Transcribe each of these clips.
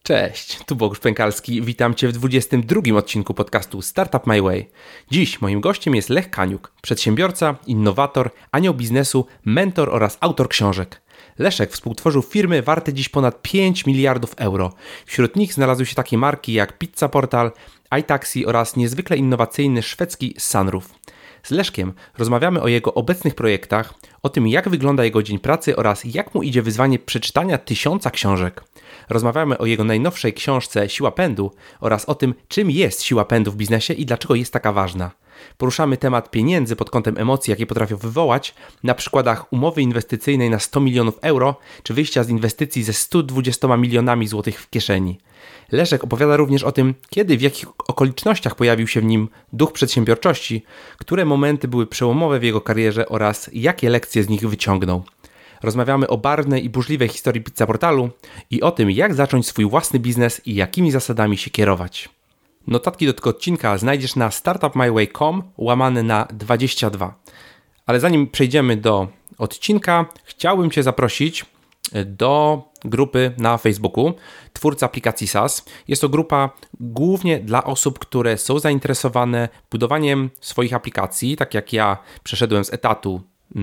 Cześć, tu Bogusz Pękalski, witam Cię w 22 odcinku podcastu Startup My Way. Dziś moim gościem jest Lech Kaniuk, przedsiębiorca, innowator, anioł biznesu, mentor oraz autor książek. Leszek współtworzył firmy warte dziś ponad 5 miliardów euro. Wśród nich znalazły się takie marki jak Pizza Portal, iTaxi oraz niezwykle innowacyjny szwedzki Sunroof. Z Leszkiem rozmawiamy o jego obecnych projektach, o tym jak wygląda jego dzień pracy oraz jak mu idzie wyzwanie przeczytania 1000 książek. Rozmawiamy o jego najnowszej książce Siła Pędu oraz o tym, czym jest siła pędu w biznesie i dlaczego jest taka ważna. Poruszamy temat pieniędzy pod kątem emocji, jakie potrafią wywołać, na przykładach umowy inwestycyjnej na 100 milionów euro, czy wyjścia z inwestycji ze 120 milionami złotych w kieszeni. Leszek opowiada również o tym, kiedy, w jakich okolicznościach pojawił się w nim duch przedsiębiorczości, które momenty były przełomowe w jego karierze oraz jakie lekcje z nich wyciągnął. Rozmawiamy o barwnej i burzliwej historii Pizza Portalu i o tym, jak zacząć swój własny biznes i jakimi zasadami się kierować. Notatki do tego odcinka znajdziesz na startupmyway.com/22. Ale zanim przejdziemy do odcinka, chciałbym Cię zaprosić do grupy na Facebooku Twórcy Aplikacji SaaS. Jest to grupa głównie dla osób, które są zainteresowane budowaniem swoich aplikacji, tak jak ja przeszedłem z etatu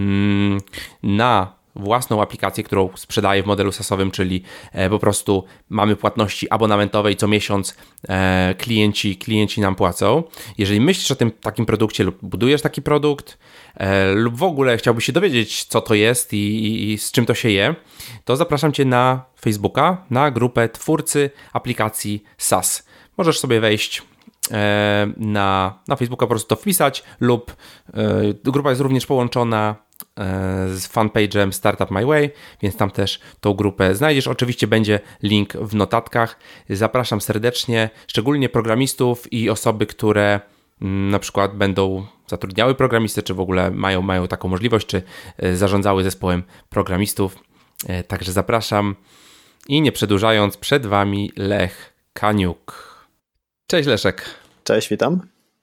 na własną aplikację, którą sprzedaję w modelu SaaS-owym, czyli po prostu mamy płatności abonamentowe i co miesiąc klienci nam płacą. Jeżeli myślisz o tym takim produkcie lub budujesz taki produkt lub w ogóle chciałbyś się dowiedzieć, co to jest i z czym to się je, to zapraszam Cię na Facebooka, na grupę Twórcy Aplikacji SaaS. Możesz sobie wejść na Facebooka, po prostu to wpisać lub grupa jest również połączona z fanpage'em Startup My Way, więc tam też tą grupę znajdziesz. Oczywiście będzie link w notatkach. Zapraszam serdecznie, szczególnie programistów i osoby, które na przykład będą zatrudniały programistę, czy w ogóle mają taką możliwość, czy zarządzały zespołem programistów. Także zapraszam i nie przedłużając, przed Wami Lech Kaniuk. Cześć Leszek. Cześć, witam.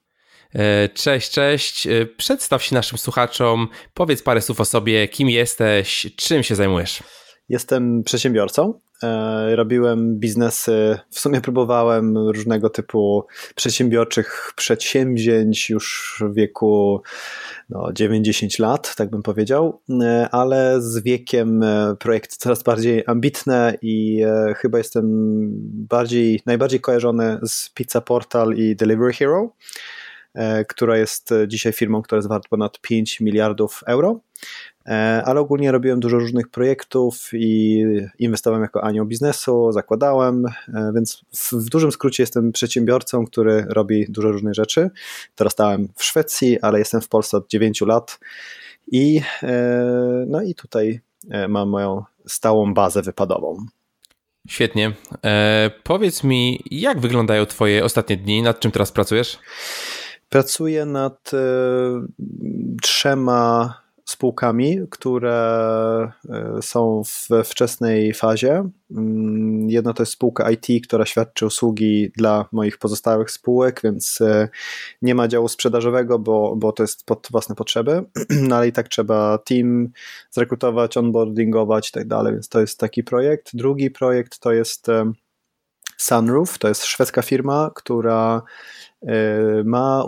Cześć. Przedstaw się naszym słuchaczom, powiedz parę słów o sobie, kim jesteś, czym się zajmujesz. Jestem przedsiębiorcą. Robiłem biznesy, w sumie próbowałem różnego typu przedsiębiorczych przedsięwzięć już w wieku 9-10 lat, tak bym powiedział, ale z wiekiem projekty coraz bardziej ambitne i chyba jestem najbardziej kojarzony z Pizza Portal i Delivery Hero, która jest dzisiaj firmą, która jest warta ponad 5 miliardów euro, ale ogólnie robiłem dużo różnych projektów i inwestowałem jako anioł biznesu, zakładałem, więc w dużym skrócie jestem przedsiębiorcą, który robi dużo różnych rzeczy. Dorastałem w Szwecji, ale jestem w Polsce od 9 lat i tutaj mam moją stałą bazę wypadową. Świetnie. Powiedz mi, jak wyglądają Twoje ostatnie dni? Nad czym teraz pracujesz? Pracuję nad 3 spółkami, które są we wczesnej fazie. Jedna to jest spółka IT, która świadczy usługi dla moich pozostałych spółek, więc nie ma działu sprzedażowego, bo to jest pod własne potrzeby, no ale i tak trzeba team zrekrutować, onboardingować i tak dalej, więc to jest taki projekt. Drugi projekt to jest Sunroof, to jest szwedzka firma, która ma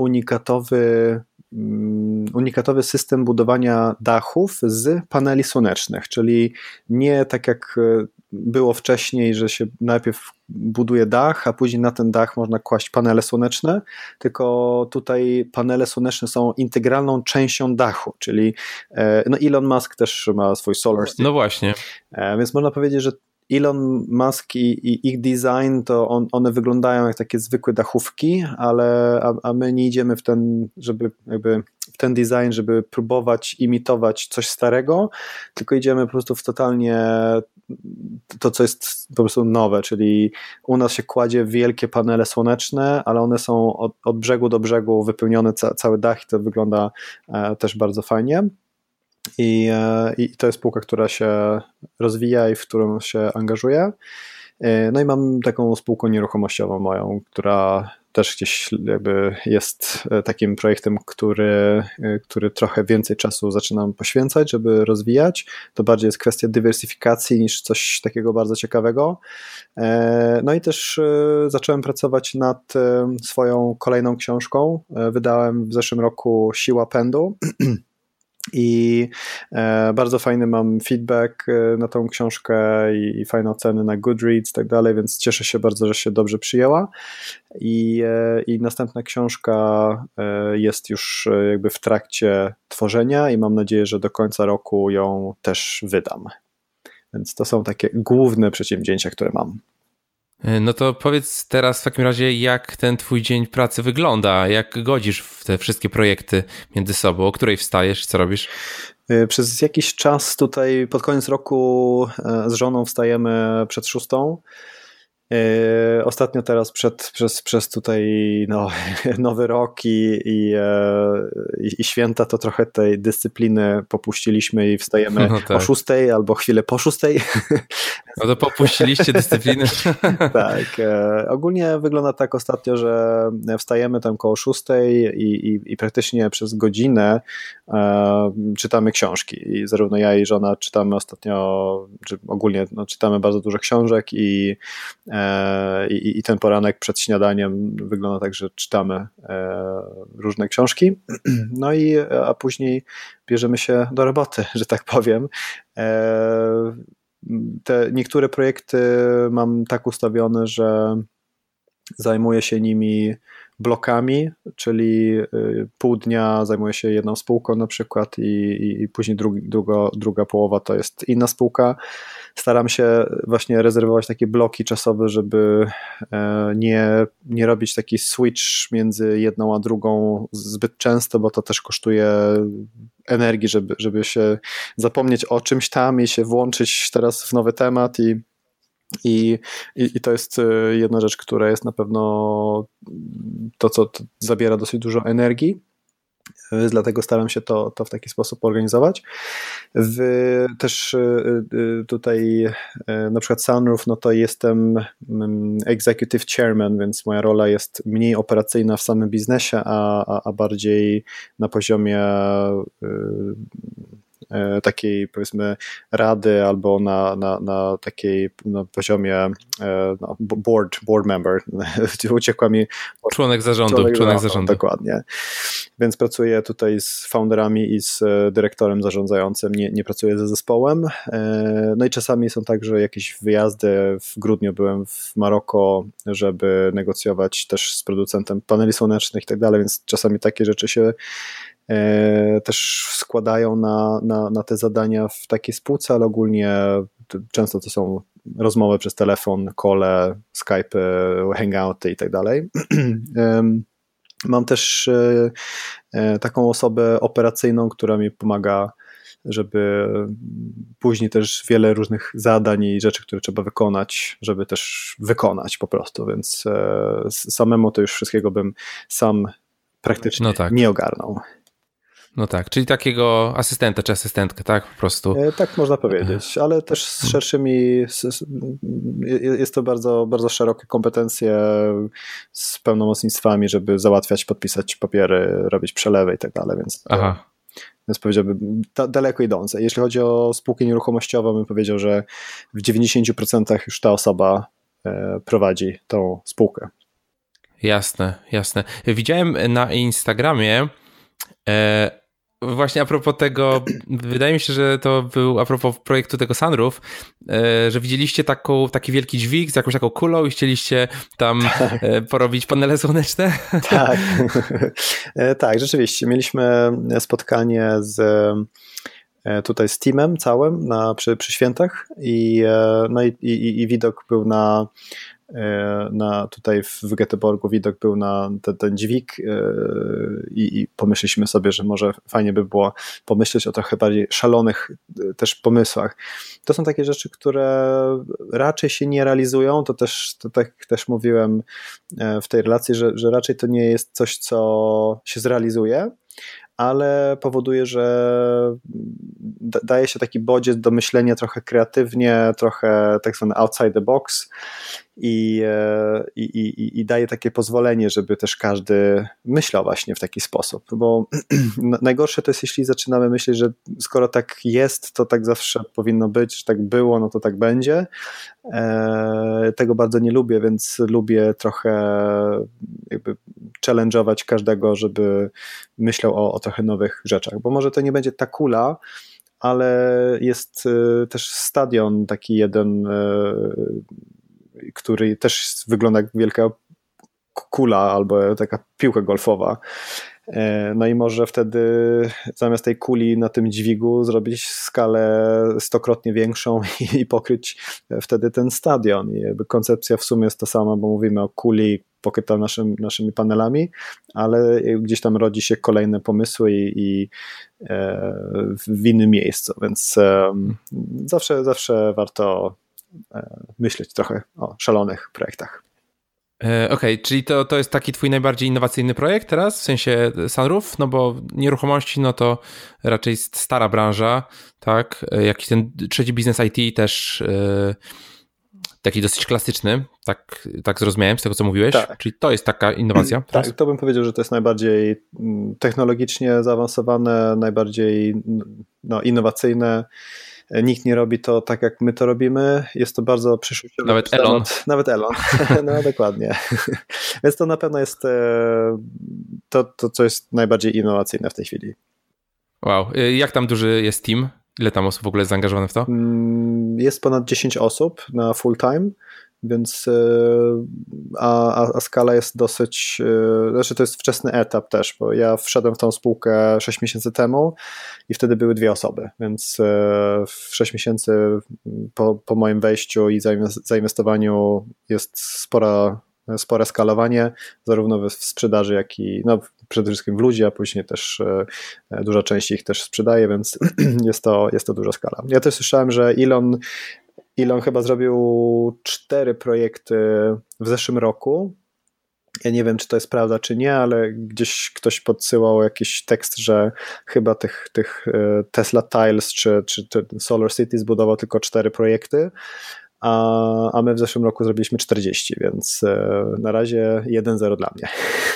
unikatowy system budowania dachów z paneli słonecznych, czyli nie tak jak było wcześniej, że się najpierw buduje dach, a później na ten dach można kłaść panele słoneczne, tylko tutaj panele słoneczne są integralną częścią dachu, czyli Elon Musk też ma swój solar system. No właśnie. Więc można powiedzieć, że Elon Musk i ich design, to one wyglądają jak takie zwykłe dachówki, a my nie idziemy w ten design, żeby próbować imitować coś starego, tylko idziemy po prostu w totalnie to, co jest po prostu nowe, czyli u nas się kładzie wielkie panele słoneczne, ale one są od brzegu do brzegu wypełnione cały dach i to wygląda też bardzo fajnie. I to jest spółka, która się rozwija i w którą się angażuję. No i mam taką spółkę nieruchomościową moją, która też gdzieś jakby jest takim projektem, który trochę więcej czasu zaczynam poświęcać, żeby rozwijać. To bardziej jest kwestia dywersyfikacji niż coś takiego bardzo ciekawego. No i też zacząłem pracować nad swoją kolejną książką. Wydałem w zeszłym roku Siła Pędu. I bardzo fajny mam feedback na tą książkę i fajne oceny na Goodreads i tak dalej, więc cieszę się bardzo, że się dobrze przyjęła. I następna książka jest już jakby w trakcie tworzenia i mam nadzieję, że do końca roku ją też wydam. Więc to są takie główne przedsięwzięcia, które mam. No to powiedz teraz w takim razie, jak ten twój dzień pracy wygląda, jak godzisz w te wszystkie projekty między sobą, o której wstajesz, co robisz? Przez jakiś czas tutaj pod koniec roku z żoną wstajemy przed 6:00. Ostatnio teraz przez tutaj nowy rok i święta to trochę tej dyscypliny popuściliśmy i wstajemy o 6:00 albo chwilę po 6:00. No to popuściliście dyscypliny. Tak. Ogólnie wygląda tak ostatnio, że wstajemy tam koło 6:00 i praktycznie przez godzinę czytamy książki. I zarówno ja i żona czytamy ostatnio, czy ogólnie czytamy bardzo dużo książek i ten poranek przed śniadaniem wygląda tak, że czytamy różne książki, a później bierzemy się do roboty, że tak powiem. Te niektóre projekty mam tak ustawione, że zajmuję się nimi blokami, czyli pół dnia zajmuję się jedną spółką na przykład i później druga połowa to jest inna spółka. Staram się właśnie rezerwować takie bloki czasowe, żeby nie robić taki switch między jedną a drugą zbyt często, bo to też kosztuje energii, żeby się zapomnieć o czymś tam i się włączyć teraz w nowy temat i to jest jedna rzecz, która jest na pewno to, co zabiera dosyć dużo energii, dlatego staram się to w taki sposób organizować. Też tutaj na przykład Sunroof, no to jestem executive chairman, więc moja rola jest mniej operacyjna w samym biznesie, a bardziej na poziomie takiej powiedzmy rady albo na takiej poziomie board member. Uciekła mi członek zarządu. Dokładnie. Więc pracuję tutaj z founderami i z dyrektorem zarządzającym, nie pracuję ze zespołem. No i czasami są tak, że jakieś wyjazdy. W grudniu byłem w Maroko, żeby negocjować też z producentem paneli słonecznych i tak dalej, więc czasami takie rzeczy się też składają na te zadania w takiej spółce, ale ogólnie często to są rozmowy przez telefon, call, Skype, hangouty i tak dalej. Mam też taką osobę operacyjną, która mi pomaga, żeby później też wiele różnych zadań i rzeczy, które trzeba wykonać, żeby też wykonać po prostu, więc samemu to już wszystkiego bym sam praktycznie nie ogarnął. No tak, czyli takiego asystenta czy asystentkę, tak? Po prostu. Tak można powiedzieć, ale też z szerszymi, jest to bardzo, bardzo szerokie kompetencje z pełnomocnictwami, żeby załatwiać, podpisać papiery, robić przelewy i tak dalej, więc powiedziałbym daleko idące. Jeśli chodzi o spółkę nieruchomościową, bym powiedział, że w 90% już ta osoba prowadzi tą spółkę. Jasne. Widziałem na Instagramie właśnie a propos tego, wydaje mi się, że to był a propos projektu tego Sunroof, że widzieliście taki wielki dźwig z jakąś taką kulą i chcieliście tam porobić panele słoneczne? Tak, rzeczywiście. Mieliśmy spotkanie tutaj z teamem całym przy świętach i widok był tutaj w Göteborgu widok był na ten dźwig i pomyśleliśmy sobie, że może fajnie by było pomyśleć o trochę bardziej szalonych też pomysłach. To są takie rzeczy, które raczej się nie realizują, to tak też mówiłem w tej relacji, że raczej to nie jest coś, co się zrealizuje, ale powoduje, że daje się taki bodziec do myślenia trochę kreatywnie, trochę tak zwany outside the box i daje takie pozwolenie, żeby też każdy myślał właśnie w taki sposób, bo najgorsze to jest, jeśli zaczynamy myśleć, że skoro tak jest, to tak zawsze powinno być, że tak było, no to tak będzie. Tego bardzo nie lubię, więc lubię trochę jakby challenge'ować każdego, żeby myślał o trochę nowych rzeczach, bo może to nie będzie ta kula, ale jest też stadion taki jeden, który też wygląda jak wielka kula albo taka piłka golfowa. No i może wtedy zamiast tej kuli na tym dźwigu zrobić skalę stokrotnie większą i pokryć wtedy ten stadion. I jakby koncepcja w sumie jest ta sama, bo mówimy o kuli pokryta naszymi panelami, ale gdzieś tam rodzi się kolejne pomysły i w innym miejscu, więc zawsze warto myśleć trochę o szalonych projektach. Okej, czyli to jest taki twój najbardziej innowacyjny projekt teraz, w sensie Sunroof, no bo nieruchomości, no to raczej jest stara branża, tak, jakiś ten trzeci biznes IT też taki dosyć klasyczny, tak zrozumiałem z tego, co mówiłeś, tak. Czyli to jest taka innowacja teraz? Tak, to bym powiedział, że to jest najbardziej technologicznie zaawansowane, najbardziej innowacyjne. Nikt nie robi to tak, jak my to robimy. Jest to bardzo przyszłościowy Nawet Elon. Nawet Elon. No dokładnie. Więc to na pewno jest to, co jest najbardziej innowacyjne w tej chwili. Wow. Jak tam duży jest team? Ile tam osób w ogóle jest zaangażowane w to? Jest ponad 10 osób na full time, więc a skala jest dosyć, znaczy to jest wczesny etap też, bo ja wszedłem w tą spółkę 6 miesięcy temu i wtedy były 2 osoby, więc w 6 miesięcy po moim wejściu i zainwestowaniu jest spore skalowanie, zarówno w sprzedaży, jak i przede wszystkim w ludzie, a później też duża część ich też sprzedaje, więc jest to duża skala. Ja też słyszałem, że Elon chyba zrobił 4 projekty w zeszłym roku. Ja nie wiem, czy to jest prawda, czy nie, ale gdzieś ktoś podsyłał jakiś tekst, że chyba tych Tesla Tiles czy Solar City zbudował tylko 4 projekty, a my w zeszłym roku zrobiliśmy 40, więc na razie 1-0 dla mnie.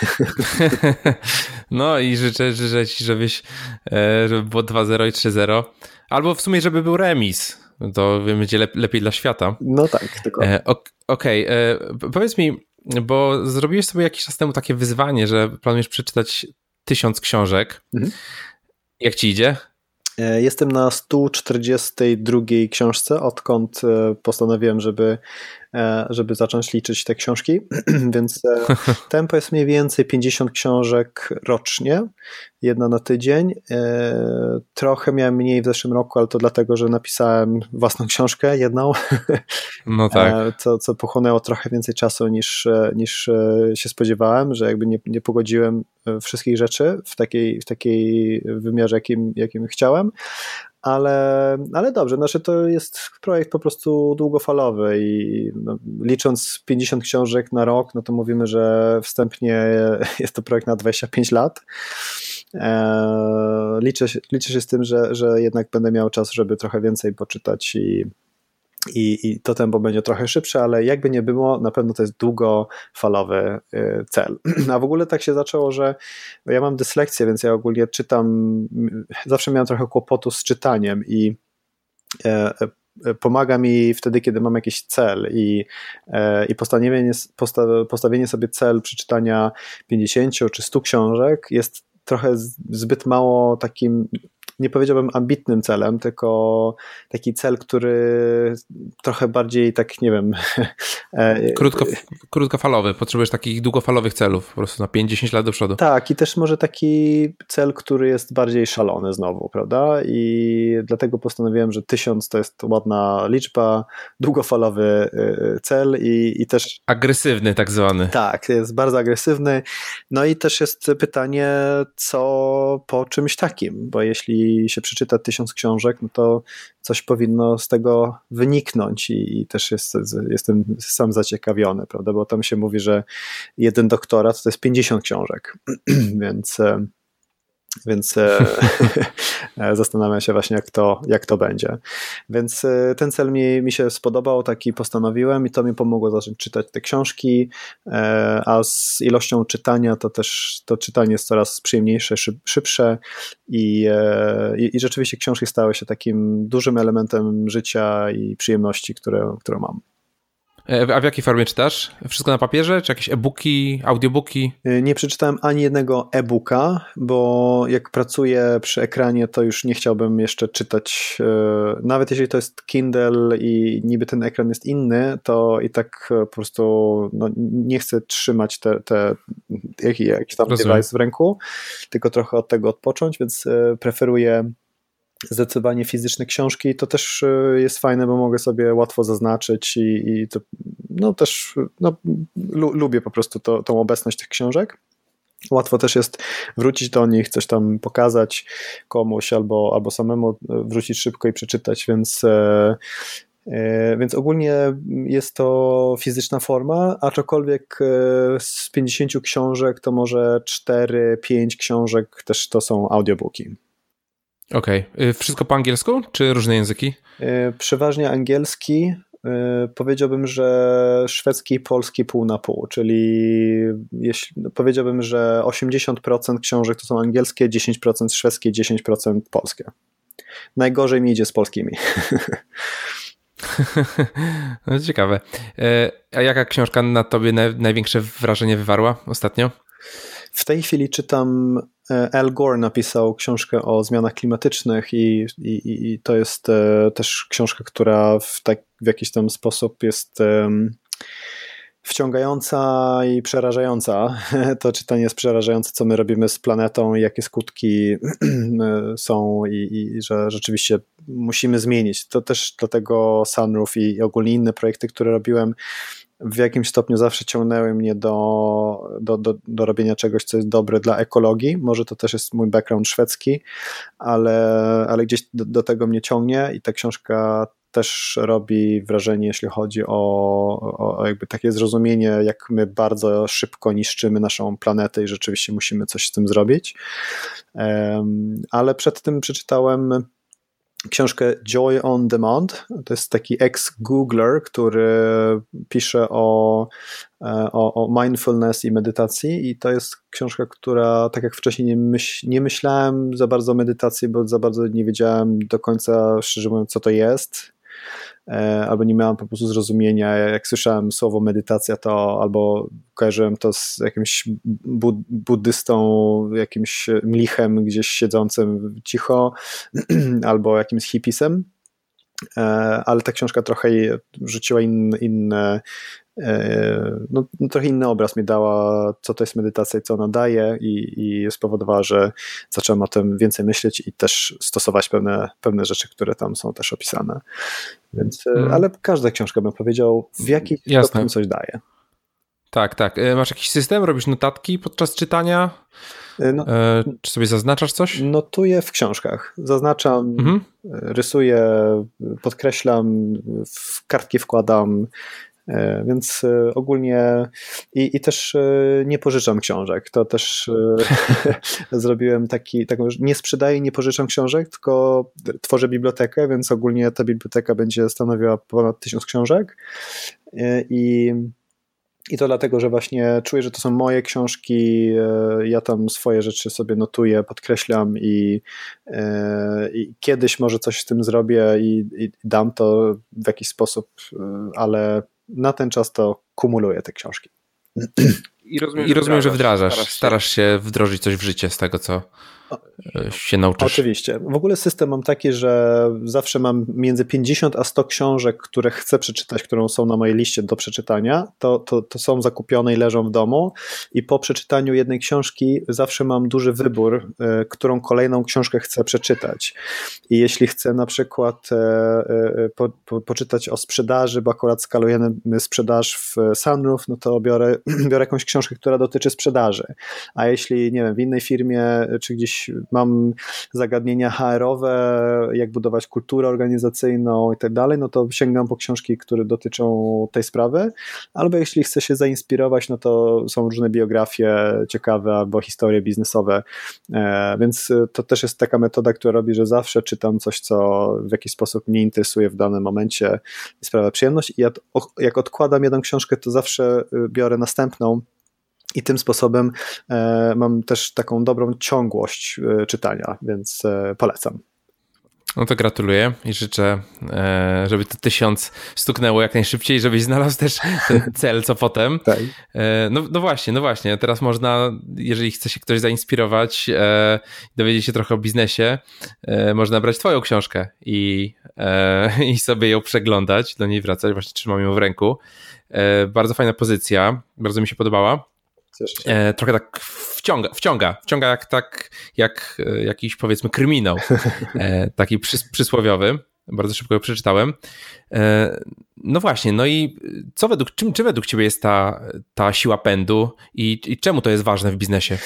No i życzę ci, żeby było 2-0 i 3-0, albo w sumie, żeby był remis. To będzie lepiej dla świata. No tak, tylko. Okej. Powiedz mi, bo zrobiłeś sobie jakiś czas temu takie wyzwanie, że planujesz przeczytać 1000 książek. Mhm. Jak ci idzie? Jestem na 142 książce, odkąd postanowiłem, żeby zacząć liczyć te książki, więc tempo jest mniej więcej 50 książek rocznie, 1 na tydzień. Trochę miałem mniej w zeszłym roku, ale to dlatego, że napisałem własną książkę, jedną, no tak. co pochłonęło trochę więcej czasu niż się spodziewałem, że jakby nie pogodziłem wszystkich rzeczy w takiej wymiarze, jakim chciałem. Ale dobrze, znaczy to jest projekt po prostu długofalowy i licząc 50 książek na rok, no to mówimy, że wstępnie jest to projekt na 25 lat. Liczę się z tym, że jednak będę miał czas, żeby trochę więcej poczytać i to tempo będzie trochę szybsze, ale jakby nie było, na pewno to jest długofalowy cel. A w ogóle tak się zaczęło, że ja mam dyslekcję, więc ja ogólnie czytam, zawsze miałem trochę kłopotu z czytaniem i pomaga mi wtedy, kiedy mam jakiś cel i postawienie sobie cel przeczytania 50 czy 100 książek jest trochę zbyt mało takim, nie powiedziałbym ambitnym celem, tylko taki cel, który trochę bardziej tak, nie wiem... Krótkofalowy, potrzebujesz takich długofalowych celów, po prostu na 5-10 lat do przodu. Tak, i też może taki cel, który jest bardziej szalony znowu, prawda? I dlatego postanowiłem, że 1000 to jest ładna liczba, długofalowy cel i też... Agresywny tak zwany. Tak, jest bardzo agresywny. No i też jest pytanie, co po czymś takim, bo jeśli się przeczyta 1000 książek, no to coś powinno z tego wyniknąć i też jestem sam zaciekawiony, prawda, bo tam się mówi, że jeden doktorat to jest 50 książek, więc Więc zastanawiam się właśnie, jak to będzie. Więc ten cel mi się spodobał, taki postanowiłem i to mi pomogło zacząć czytać te książki, a z ilością czytania to też to czytanie jest coraz przyjemniejsze, szybsze i rzeczywiście książki stały się takim dużym elementem życia i przyjemności, które mam. A w jakiej formie czytasz? Wszystko na papierze? Czy jakieś e-booki, audiobooki? Nie przeczytałem ani jednego e-booka, bo jak pracuję przy ekranie, to już nie chciałbym jeszcze czytać. Nawet jeśli to jest Kindle i niby ten ekran jest inny, to i tak po prostu nie chcę trzymać jakiś tam device w ręku, tylko trochę od tego odpocząć, więc preferuję zdecydowanie fizyczne książki. To też jest fajne, bo mogę sobie łatwo zaznaczyć i to też lubię po prostu tą obecność tych książek. Łatwo też jest wrócić do nich, coś tam pokazać komuś albo samemu wrócić szybko i przeczytać, więc ogólnie jest to fizyczna forma, aczkolwiek z 50 książek to może 4-5 książek też to są audiobooki. Okej. Wszystko po angielsku, czy różne języki? Przeważnie angielski. Powiedziałbym, że szwedzki i polski pół na pół, czyli powiedziałbym, że 80% książek to są angielskie, 10% szwedzkie, 10% polskie. Najgorzej mi idzie z polskimi. No, ciekawe. A jaka książka na tobie największe wrażenie wywarła ostatnio? W tej chwili czytam, Al Gore napisał książkę o zmianach klimatycznych i to jest też książka, która w jakiś tam sposób jest wciągająca i przerażająca. To czytanie jest przerażające, co my robimy z planetą i jakie skutki są i że rzeczywiście musimy zmienić. To też dlatego Sunroof i ogólnie inne projekty, które robiłem, w jakimś stopniu zawsze ciągnęły mnie do robienia czegoś, co jest dobre dla ekologii. Może to też jest mój background szwedzki, ale gdzieś do tego mnie ciągnie i ta książka też robi wrażenie, jeśli chodzi o jakby takie zrozumienie, jak my bardzo szybko niszczymy naszą planetę i rzeczywiście musimy coś z tym zrobić. Ale przed tym przeczytałem książkę Joy on Demand. To jest taki ex-Googler, który pisze o mindfulness i medytacji i to jest książka, która, tak jak wcześniej nie myślałem za bardzo o medytacji, bo za bardzo nie wiedziałem do końca, szczerze mówiąc, co to jest, albo nie miałem po prostu zrozumienia. Jak słyszałem słowo medytacja, to albo kojarzyłem to z jakimś buddystą, jakimś mlichem gdzieś siedzącym cicho, albo jakimś hipisem, ale ta książka trochę rzuciła trochę inny obraz mi dała, co to jest medytacja i co ona daje i spowodowała, że zacząłem o tym więcej myśleć i też stosować pewne rzeczy, które tam są też opisane. Więc, ale każda książka, bym powiedział, w jakiś stopniu coś daje. Tak. Masz jakiś system? Robisz notatki podczas czytania? Czy sobie zaznaczasz coś? Notuję w książkach. Zaznaczam, rysuję, podkreślam, w kartki wkładam, więc ogólnie i też nie pożyczam książek. To też zrobiłem taką, że nie sprzedaję, nie pożyczam książek, tylko tworzę bibliotekę, więc ogólnie ta biblioteka będzie stanowiła ponad 1000 książek i to dlatego, że właśnie czuję, że to są moje książki, ja tam swoje rzeczy sobie notuję, podkreślam i kiedyś może coś z tym zrobię i dam to w jakiś sposób, ale na ten czas to kumuluję te książki. I rozumiem, że wdrażasz, starasz się wdrożyć coś w życie z tego, co się nauczysz. Oczywiście. W ogóle system mam taki, że zawsze mam między 50 a 100 książek, które chcę przeczytać, które są na mojej liście do przeczytania. To są zakupione i leżą w domu i po przeczytaniu jednej książki zawsze mam duży wybór, którą kolejną książkę chcę przeczytać. I jeśli chcę na przykład poczytać o sprzedaży, bo akurat skalujemy sprzedaż w Sunroof, no to biorę jakąś książkę, która dotyczy sprzedaży. A jeśli, nie wiem, w innej firmie czy gdzieś mam zagadnienia HR-owe, jak budować kulturę organizacyjną i tak dalej, no to sięgam po książki, które dotyczą tej sprawy, albo jeśli chcę się zainspirować, no to są różne biografie ciekawe albo historie biznesowe, więc to też jest taka metoda, która robi, że zawsze czytam coś, co w jakiś sposób mnie interesuje w danym momencie i sprawia przyjemność i jak odkładam jedną książkę, to zawsze biorę następną i tym sposobem mam też taką dobrą ciągłość czytania, więc polecam. No to gratuluję i życzę, żeby to 1000 stuknęło jak najszybciej, żebyś znalazł też ten cel, co potem. Tak. No właśnie. Teraz można, jeżeli chce się ktoś zainspirować, dowiedzieć się trochę o biznesie, można brać twoją książkę i sobie ją przeglądać, do niej wracać. Właśnie trzymam ją w ręku. Bardzo fajna pozycja, bardzo mi się podobała. Trochę tak wciąga jak jakiś, powiedzmy, kryminał, taki przysłowiowy. Bardzo szybko go przeczytałem. No właśnie, no i czym według ciebie jest ta siła pędu i czemu to jest ważne w biznesie?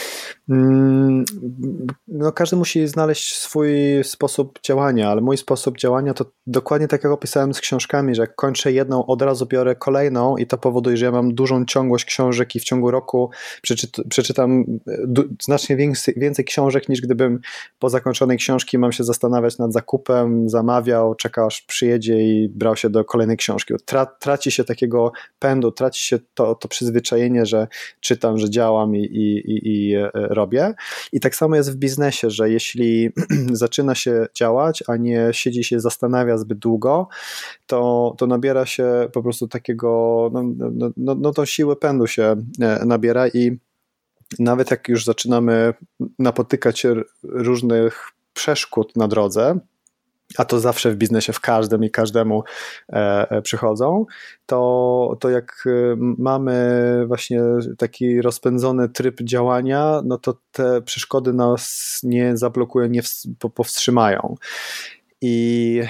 No każdy musi znaleźć swój sposób działania, ale mój sposób działania to dokładnie tak jak opisałem z książkami, że jak kończę jedną, od razu biorę kolejną i to powoduje, że ja mam dużą ciągłość książek i w ciągu roku przeczytam znacznie więcej książek, niż gdybym po zakończonej książki mam się zastanawiać nad zakupem, zamawiał, czekał aż przyjedzie i brał się do kolejnej książki. Traci się takiego pędu, traci się to przyzwyczajenie, że czytam, że działam i robię. I tak samo jest w biznesie, że jeśli zaczyna się działać, a nie siedzi się, zastanawia zbyt długo, to nabiera się po prostu takiego, tą siłę pędu się nabiera i nawet jak już zaczynamy napotykać się różnych przeszkód na drodze, a to zawsze w biznesie w każdym i każdemu przychodzą, to jak mamy właśnie taki rozpędzony tryb działania, no to te przeszkody nas nie zablokują, nie powstrzymają. I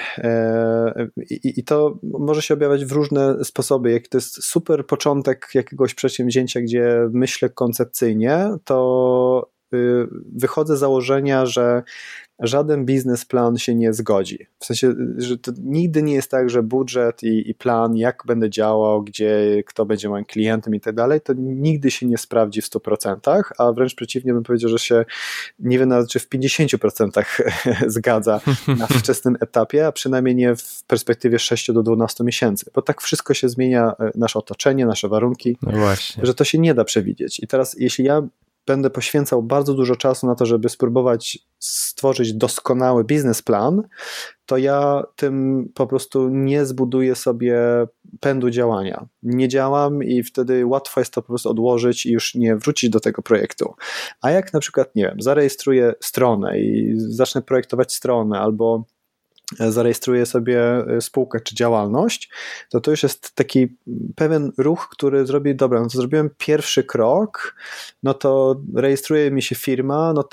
to może się objawiać w różne sposoby. Jak to jest super początek jakiegoś przedsięwzięcia, gdzie myślę koncepcyjnie, to wychodzę z założenia, że żaden biznesplan się nie zgodzi. W sensie, że to nigdy nie jest tak, że budżet i plan, jak będę działał, gdzie, kto będzie moim klientem i tak dalej, to nigdy się nie sprawdzi w 100%, a wręcz przeciwnie bym powiedział, że się nie wiem nawet, czy w 50% zgadza na wczesnym etapie, a przynajmniej nie w perspektywie 6 do 12 miesięcy, bo tak wszystko się zmienia, nasze otoczenie, nasze warunki, no właśnie, że to się nie da przewidzieć. I teraz jeśli ja będę poświęcał bardzo dużo czasu na to, żeby spróbować stworzyć doskonały biznesplan, to ja tym po prostu nie zbuduję sobie pędu działania. Nie działam i wtedy łatwo jest to po prostu odłożyć i już nie wrócić do tego projektu. A jak na przykład, nie wiem, zarejestruję stronę i zacznę projektować stronę albo zarejestruję sobie spółkę czy działalność, to już jest taki pewien ruch, który zrobi, dobra, no to zrobiłem pierwszy krok, no to rejestruje mi się firma, no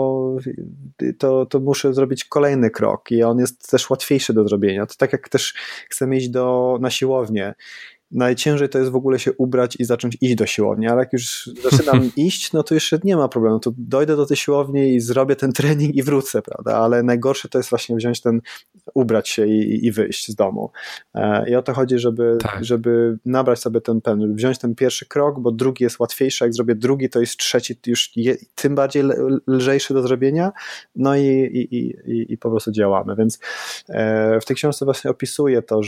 to muszę zrobić kolejny krok i on jest też łatwiejszy do zrobienia. To tak jak też chcemy iść na siłownię. Najciężej to jest w ogóle się ubrać i zacząć iść do siłowni, ale jak już zaczynam iść, no to jeszcze nie ma problemu, to dojdę do tej siłowni i zrobię ten trening i wrócę, prawda, ale najgorsze to jest właśnie ubrać się i wyjść z domu. I o to chodzi, żeby nabrać sobie ten pęd, wziąć ten pierwszy krok, bo drugi jest łatwiejszy, jak zrobię drugi, to jest trzeci już tym bardziej lżejszy do zrobienia, no i po prostu działamy, więc w tej książce właśnie opisuję to,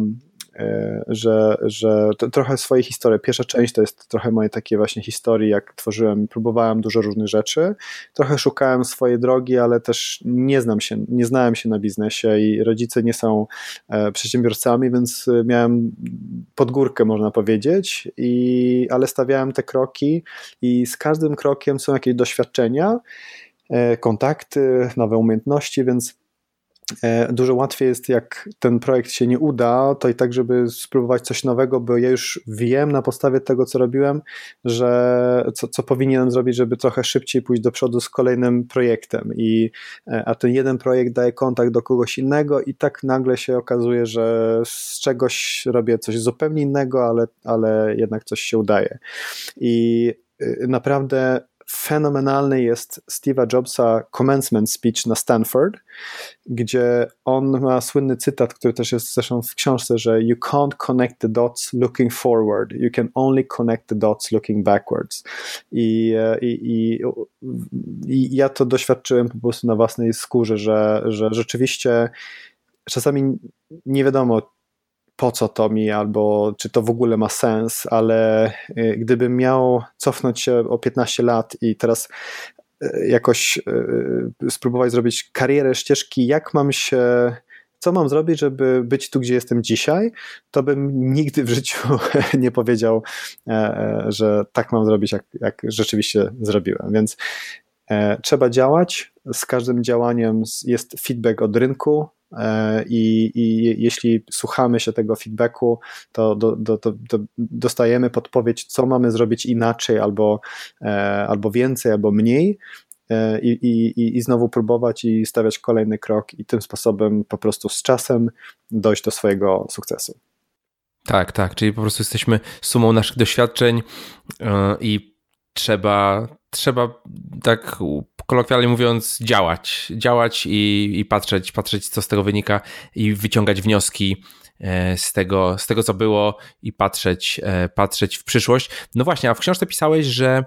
że to trochę swojej historii. Pierwsza część to jest trochę mojej takiej właśnie historii, jak tworzyłem, próbowałem dużo różnych rzeczy. Trochę szukałem swojej drogi, ale też nie znałem się na biznesie i rodzice nie są przedsiębiorcami, więc miałem pod górkę, można powiedzieć, ale stawiałem te kroki i z każdym krokiem są jakieś doświadczenia, kontakty, nowe umiejętności, więc dużo łatwiej jest, jak ten projekt się nie uda, to i tak, żeby spróbować coś nowego, bo ja już wiem na podstawie tego, co robiłem, że co powinienem zrobić, żeby trochę szybciej pójść do przodu z kolejnym projektem. A ten jeden projekt daje kontakt do kogoś innego i tak nagle się okazuje, że z czegoś robię coś zupełnie innego, ale jednak coś się udaje. I naprawdę fenomenalny jest Steve'a Jobsa commencement speech na Stanford, gdzie on ma słynny cytat, który też jest zresztą w książce, że you can't connect the dots looking forward, you can only connect the dots looking backwards. I ja to doświadczyłem po prostu na własnej skórze, że rzeczywiście czasami nie wiadomo, po co to mi, albo czy to w ogóle ma sens, ale gdybym miał cofnąć się o 15 lat i teraz jakoś spróbować zrobić karierę, ścieżki, co mam zrobić, żeby być tu, gdzie jestem dzisiaj, to bym nigdy w życiu nie powiedział, że tak mam zrobić, jak rzeczywiście zrobiłem. Więc trzeba działać, z każdym działaniem jest feedback od rynku, i jeśli słuchamy się tego feedbacku, to dostajemy podpowiedź, co mamy zrobić inaczej, albo więcej, albo mniej, i znowu próbować i stawiać kolejny krok i tym sposobem po prostu z czasem dojść do swojego sukcesu. Tak, czyli po prostu jesteśmy sumą naszych doświadczeń i trzeba tak kolokwialnie mówiąc działać i patrzeć co z tego wynika i wyciągać wnioski z tego co było i patrzeć w przyszłość. No właśnie, a w książce pisałeś, że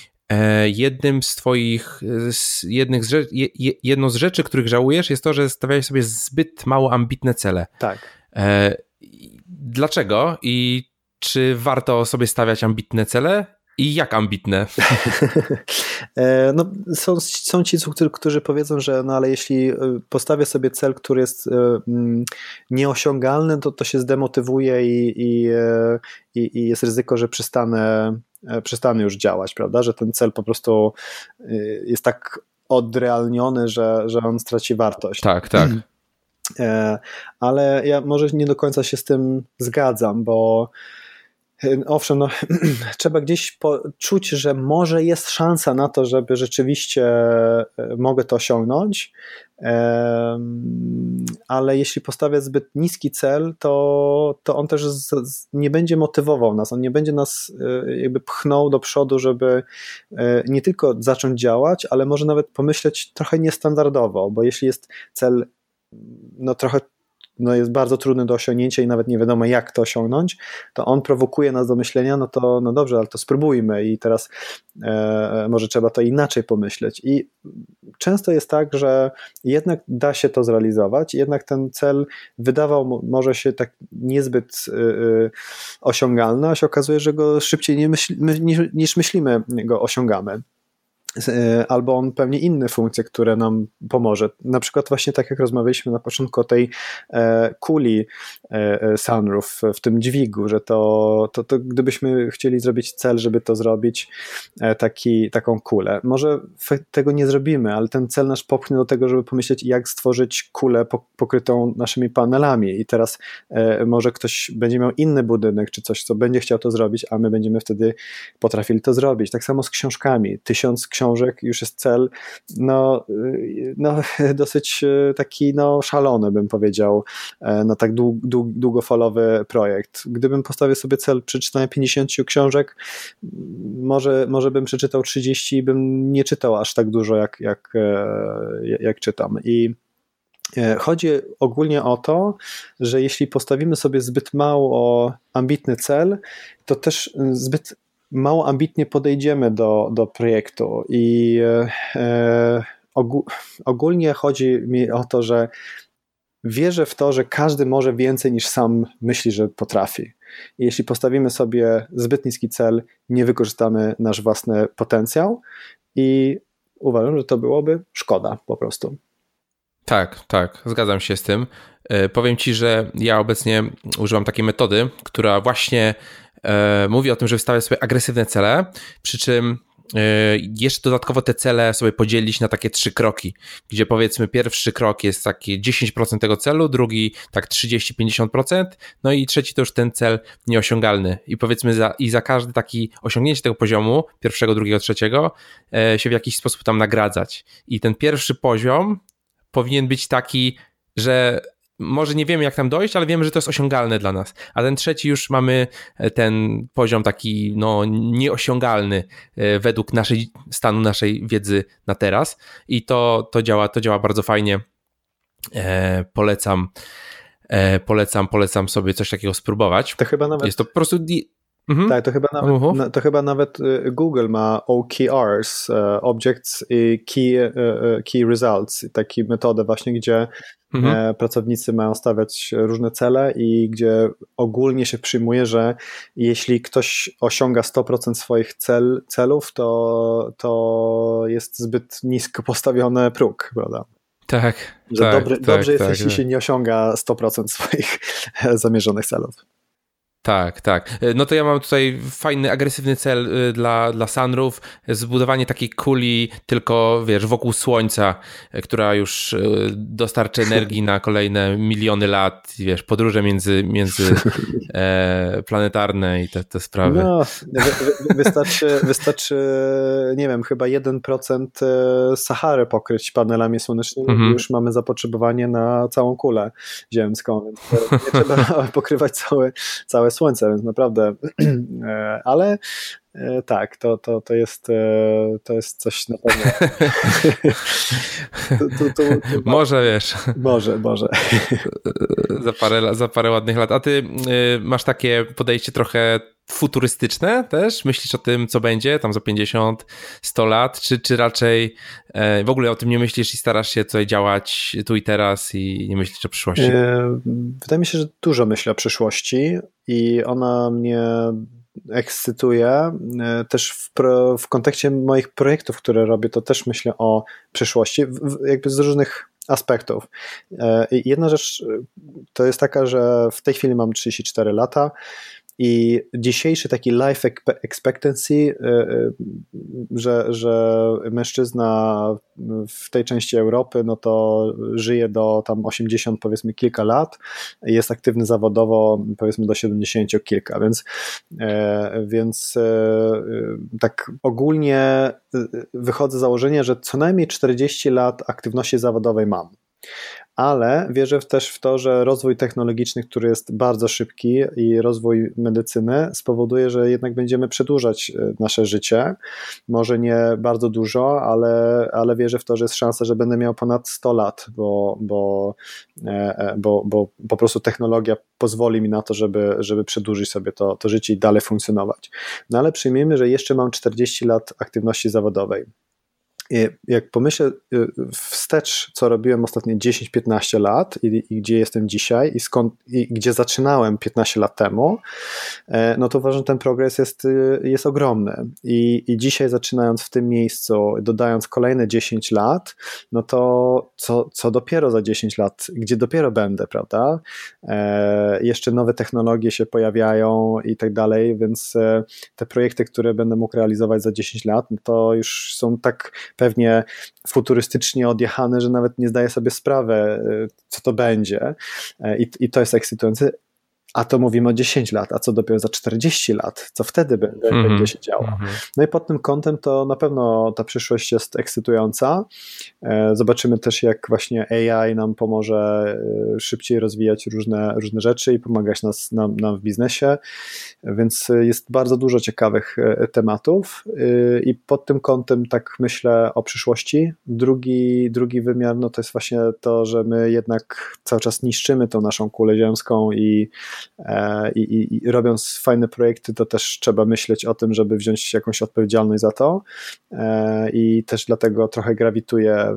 jedną z rzeczy, których żałujesz, jest to, że stawiałeś sobie zbyt mało ambitne cele. Tak. Dlaczego i czy warto sobie stawiać ambitne cele? I jak ambitne? No, są ci, którzy powiedzą, że no ale jeśli postawię sobie cel, który jest nieosiągalny, to się zdemotywuje i jest ryzyko, że przestanę już działać, prawda? Że ten cel po prostu jest tak odrealniony, że on straci wartość. Tak. Ale ja może nie do końca się z tym zgadzam, bo owszem, no, trzeba gdzieś czuć, że może jest szansa na to, żeby rzeczywiście mogę to osiągnąć, ale jeśli postawię zbyt niski cel, to on też nie będzie motywował nas, on nie będzie nas jakby pchnął do przodu, żeby nie tylko zacząć działać, ale może nawet pomyśleć trochę niestandardowo, bo jeśli jest cel trochę jest bardzo trudny do osiągnięcia i nawet nie wiadomo, jak to osiągnąć, to on prowokuje nas do myślenia, no dobrze, ale to spróbujmy i teraz może trzeba to inaczej pomyśleć. I często jest tak, że jednak da się to zrealizować, jednak ten cel wydawał może się tak niezbyt osiągalny, a się okazuje, że go szybciej niż myślimy, go osiągamy. Albo on pełni inne funkcje, które nam pomoże. Na przykład właśnie tak jak rozmawialiśmy na początku o tej kuli sunroof w tym dźwigu, że to gdybyśmy chcieli zrobić cel, żeby to zrobić, taką kulę. Może tego nie zrobimy, ale ten cel nas popchnie do tego, żeby pomyśleć, jak stworzyć kulę pokrytą naszymi panelami i teraz może ktoś będzie miał inny budynek, czy coś, co będzie chciał to zrobić, a my będziemy wtedy potrafili to zrobić. Tak samo z książkami. 1000 książek już jest cel, dosyć taki szalony, bym powiedział, na tak długofalowy projekt. Gdybym postawił sobie cel przeczytania 50 książek, może bym przeczytał 30 i bym nie czytał aż tak dużo, jak czytam. I chodzi ogólnie o to, że jeśli postawimy sobie zbyt mało ambitny cel, to też zbyt mało ambitnie podejdziemy do projektu i ogólnie chodzi mi o to, że wierzę w to, że każdy może więcej niż sam myśli, że potrafi. I jeśli postawimy sobie zbyt niski cel, nie wykorzystamy nasz własny potencjał i uważam, że to byłoby szkoda po prostu. Tak, zgadzam się z tym. Powiem Ci, że ja obecnie używam takiej metody, która właśnie mówi o tym, żeby stawiać sobie agresywne cele, przy czym jeszcze dodatkowo te cele sobie podzielić na takie 3 kroki, gdzie powiedzmy pierwszy krok jest takie 10% tego celu, drugi tak 30-50%, no i trzeci to już ten cel nieosiągalny i powiedzmy za każdy taki osiągnięcie tego poziomu, pierwszego, drugiego, trzeciego się w jakiś sposób tam nagradzać i ten pierwszy poziom powinien być taki, że może nie wiemy jak tam dojść, ale wiemy, że to jest osiągalne dla nas. A ten trzeci już mamy ten poziom taki no nieosiągalny według stanu naszej wiedzy na teraz i to działa bardzo fajnie. Polecam sobie coś takiego spróbować. To chyba nawet... Jest to po prostu... Tak, to chyba nawet Google ma OKRs, Objects i Key Results, taką metodę właśnie, gdzie pracownicy mają stawiać różne cele i gdzie ogólnie się przyjmuje, że jeśli ktoś osiąga 100% swoich celów, to jest zbyt nisko postawiony próg, prawda? Tak. Że dobrze jest, jeśli się nie osiąga 100% swoich zamierzonych celów. Tak. No to ja mam tutaj fajny, agresywny cel dla Sunroof, zbudowanie takiej kuli tylko, wiesz, wokół Słońca, która już dostarczy energii na kolejne miliony lat, wiesz, podróże między planetarne i te sprawy. No, wystarczy, nie wiem, chyba 1% Sahary pokryć panelami słonecznymi i już mamy zapotrzebowanie na całą kulę ziemską, więc nie trzeba pokrywać całe Słońce, więc naprawdę, ale tak, to jest coś na pewno. Może wiesz. Może. Za parę ładnych lat. A ty masz takie podejście trochę futurystyczne też? Myślisz o tym, co będzie tam za 50, 100 lat? Czy raczej w ogóle o tym nie myślisz i starasz się tutaj działać tu i teraz i nie myślisz o przyszłości? Wydaje mi się, że dużo myślę o przyszłości i ona mnie ekscytuje. Też w kontekście moich projektów, które robię, to też myślę o przyszłości, jakby z różnych aspektów. I jedna rzecz to jest taka, że w tej chwili mam 34 lata i dzisiejszy taki life expectancy, że mężczyzna w tej części Europy, no to żyje do tam 80 powiedzmy kilka lat, jest aktywny zawodowo powiedzmy do 70 kilka, więc tak ogólnie wychodzę z założenia, że co najmniej 40 lat aktywności zawodowej mam. Ale wierzę też w to, że rozwój technologiczny, który jest bardzo szybki i rozwój medycyny spowoduje, że jednak będziemy przedłużać nasze życie. Może nie bardzo dużo, ale wierzę w to, że jest szansa, że będę miał ponad 100 lat, bo po prostu technologia pozwoli mi na to, żeby przedłużyć sobie to życie i dalej funkcjonować. No ale przyjmijmy, że jeszcze mam 40 lat aktywności zawodowej. Jak pomyślę wstecz, co robiłem ostatnie 10-15 lat i gdzie jestem dzisiaj i gdzie zaczynałem 15 lat temu, no to uważam, że ten progres jest ogromny. I dzisiaj zaczynając w tym miejscu, dodając kolejne 10 lat, no to co dopiero za 10 lat, gdzie dopiero będę, prawda? Jeszcze nowe technologie się pojawiają i tak dalej, więc te projekty, które będę mógł realizować za 10 lat, no to już są tak pewnie futurystycznie odjechane, że nawet nie zdaję sobie sprawy, co to będzie. I to jest ekscytujące. A to mówimy o 10 lat, a co dopiero za 40 lat, co wtedy będzie się działo. No i pod tym kątem to na pewno ta przyszłość jest ekscytująca. Zobaczymy też, jak właśnie AI nam pomoże szybciej rozwijać różne rzeczy i pomagać nam w biznesie, więc jest bardzo dużo ciekawych tematów i pod tym kątem tak myślę o przyszłości. Drugi wymiar no to jest właśnie to, że my jednak cały czas niszczymy tą naszą kulę ziemską i robiąc fajne projekty, to też trzeba myśleć o tym, żeby wziąć jakąś odpowiedzialność za to i też dlatego trochę grawituję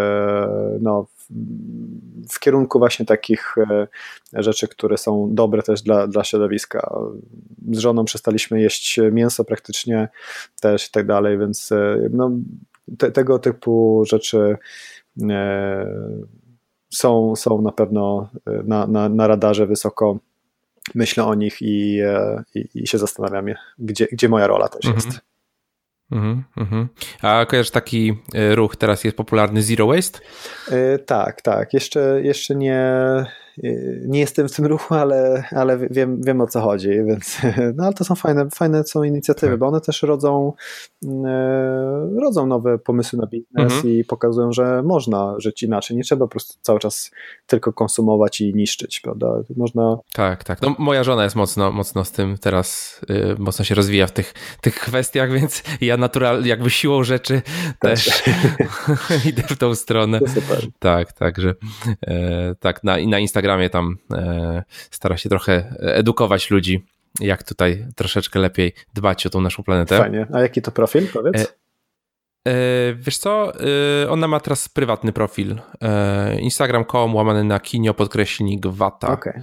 w kierunku właśnie takich rzeczy, które są dobre też dla środowiska. Z żoną przestaliśmy jeść mięso praktycznie też i tak dalej, więc no, tego typu rzeczy są na pewno na radarze wysoko. Myślę o nich i się zastanawiam, gdzie moja rola też jest. A kojarzysz taki ruch, teraz jest popularny Zero Waste? Tak. Jeszcze nie jestem w tym ruchu, ale wiem o co chodzi, więc no ale to są fajne są inicjatywy, tak. Bo one też rodzą nowe pomysły na biznes i pokazują, że można żyć inaczej, nie trzeba po prostu cały czas tylko konsumować i niszczyć, prawda? Można... Tak. No, moja żona jest mocno z tym teraz, mocno się rozwija w tych kwestiach, więc ja naturalnie jakby siłą rzeczy też idę w tą stronę. Tak, także tak, na Instagramie tam stara się trochę edukować ludzi, jak tutaj troszeczkę lepiej dbać o tą naszą planetę. Fajnie. A jaki to profil, powiedz? Wiesz co, ona ma teraz prywatny profil. Instagram.com/kinio_Wata. Okay.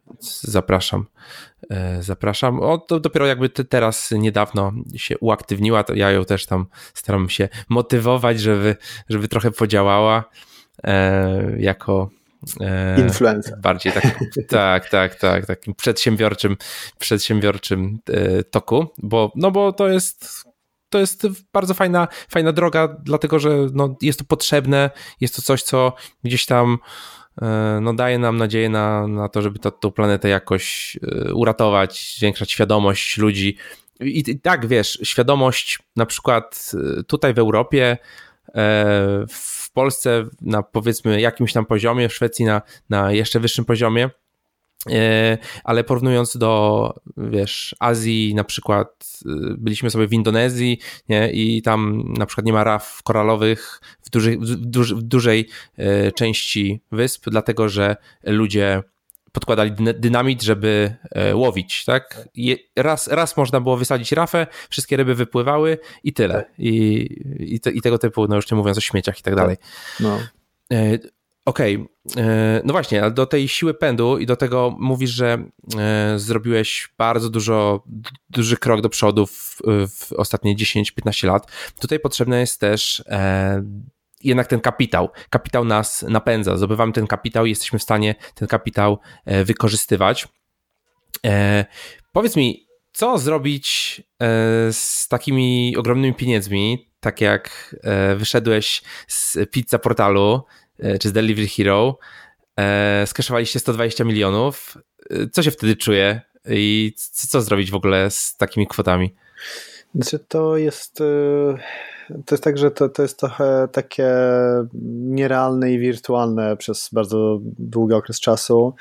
Zapraszam. To dopiero jakby teraz niedawno się uaktywniła, to ja ją też tam staram się motywować, żeby trochę podziałała jako influencer. Bardziej tak, takim przedsiębiorczym toku, bo to jest bardzo fajna droga, dlatego że no, jest to potrzebne, jest to coś, co gdzieś tam no, daje nam nadzieję na to, żeby tą planetę jakoś uratować, zwiększać świadomość ludzi. I tak, wiesz, świadomość na przykład tutaj w Europie, w Polsce na powiedzmy jakimś tam poziomie, w Szwecji na jeszcze wyższym poziomie, ale porównując do, wiesz, Azji, na przykład byliśmy sobie w Indonezji, nie? I tam na przykład nie ma raf koralowych w dużej części wysp, dlatego że ludzie podkładali dynamit, żeby łowić, tak? Raz można było wysadzić rafę, wszystkie ryby wypływały i tyle. I tego typu, no już nie mówiąc o śmieciach i tak dalej. No. Okej, no właśnie, ale do tej siły pędu i do tego mówisz, że zrobiłeś bardzo duży krok do przodu w ostatnie 10-15 lat. Tutaj potrzebny jest też jednak ten kapitał. Kapitał nas napędza, zdobywamy ten kapitał i jesteśmy w stanie ten kapitał wykorzystywać. Powiedz mi, co zrobić z takimi ogromnymi pieniędzmi, tak jak wyszedłeś z Pizza Portalu, czy z Delivery Hero, skaszowaliście 120 milionów. Co się wtedy czuje i co zrobić w ogóle z takimi kwotami? Znaczy to jest tak, że to jest trochę takie nierealne i wirtualne przez bardzo długi okres czasu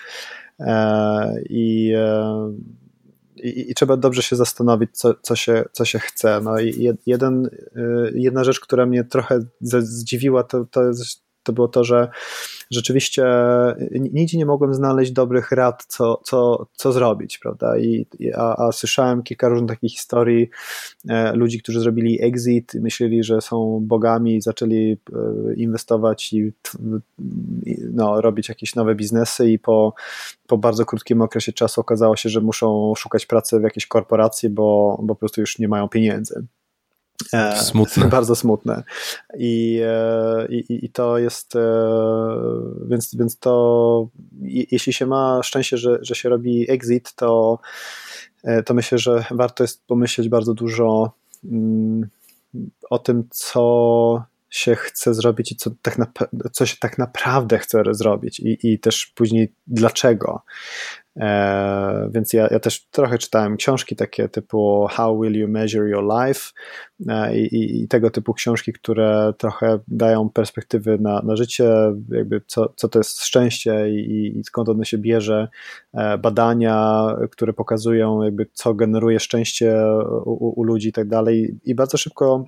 i trzeba dobrze się zastanowić, co się chce. No i jedna rzecz, która mnie trochę zdziwiła, to było to, że rzeczywiście nigdzie nie mogłem znaleźć dobrych rad, co zrobić, prawda? A słyszałem kilka różnych takich historii ludzi, którzy zrobili exit, myśleli, że są bogami, zaczęli inwestować i robić jakieś nowe biznesy i po bardzo krótkim okresie czasu okazało się, że muszą szukać pracy w jakiejś korporacji, bo po prostu już nie mają pieniędzy. Smutne. Bardzo smutne. I to jest, więc to, jeśli się ma szczęście, że się robi exit, to myślę, że warto jest pomyśleć bardzo dużo o tym, co się chce zrobić i co się tak naprawdę chce zrobić i też później dlaczego. Więc ja też trochę czytałem książki takie typu How Will You Measure Your Life i tego typu książki, które trochę dają perspektywy na życie, jakby co to jest szczęście i skąd ono się bierze, badania, które pokazują jakby co generuje szczęście u ludzi i tak dalej i bardzo szybko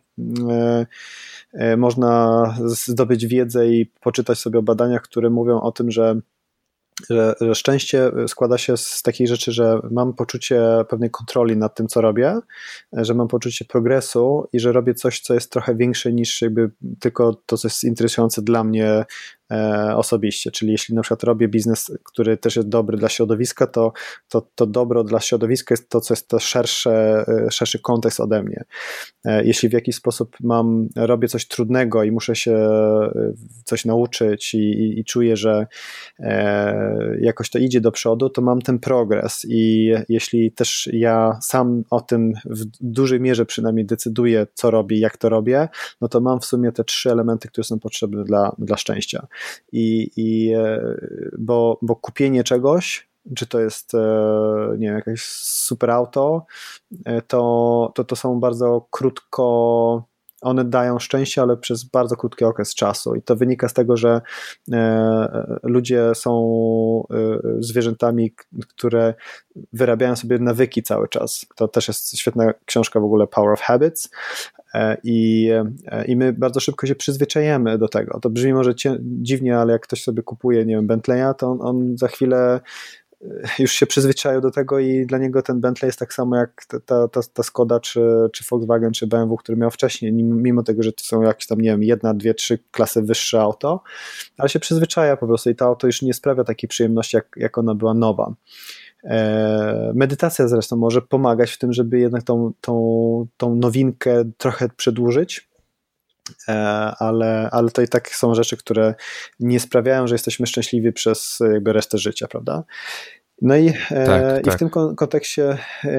można zdobyć wiedzę i poczytać sobie o badaniach, które mówią o tym, że szczęście składa się z takich rzeczy, że mam poczucie pewnej kontroli nad tym, co robię, że mam poczucie progresu i że robię coś, co jest trochę większe niż jakby tylko to, co jest interesujące dla mnie osobiście, czyli jeśli na przykład robię biznes, który też jest dobry dla środowiska, to dobro dla środowiska jest to, co jest to szerszy kontekst ode mnie. Jeśli w jakiś sposób robię coś trudnego i muszę się coś nauczyć i czuję, że jakoś to idzie do przodu, to mam ten progres i jeśli też ja sam o tym w dużej mierze przynajmniej decyduję, co robię, jak to robię, no to mam w sumie te 3 elementy, które są potrzebne dla szczęścia. Bo kupienie czegoś, czy to jest, nie wiem, jakieś super auto, to są bardzo krótko, one dają szczęście, ale przez bardzo krótki okres czasu i to wynika z tego, że ludzie są zwierzętami, które wyrabiają sobie nawyki cały czas. To też jest świetna książka w ogóle, Power of Habits, i my bardzo szybko się przyzwyczajamy do tego. To brzmi może dziwnie, ale jak ktoś sobie kupuje, nie wiem, Bentleya, to on za chwilę już się przyzwyczaił do tego i dla niego ten Bentley jest tak samo jak ta Skoda, czy Volkswagen, czy BMW, który miał wcześniej, mimo tego, że to są jakieś tam, nie wiem, 1, 2, 3 klasy wyższe auto, ale się przyzwyczaja po prostu i to auto już nie sprawia takiej przyjemności, jak ona była nowa. Medytacja zresztą może pomagać w tym, żeby jednak tą nowinkę trochę przedłużyć, ale to i tak są rzeczy, które nie sprawiają, że jesteśmy szczęśliwi przez jakby resztę życia, prawda? No i w tym kontekście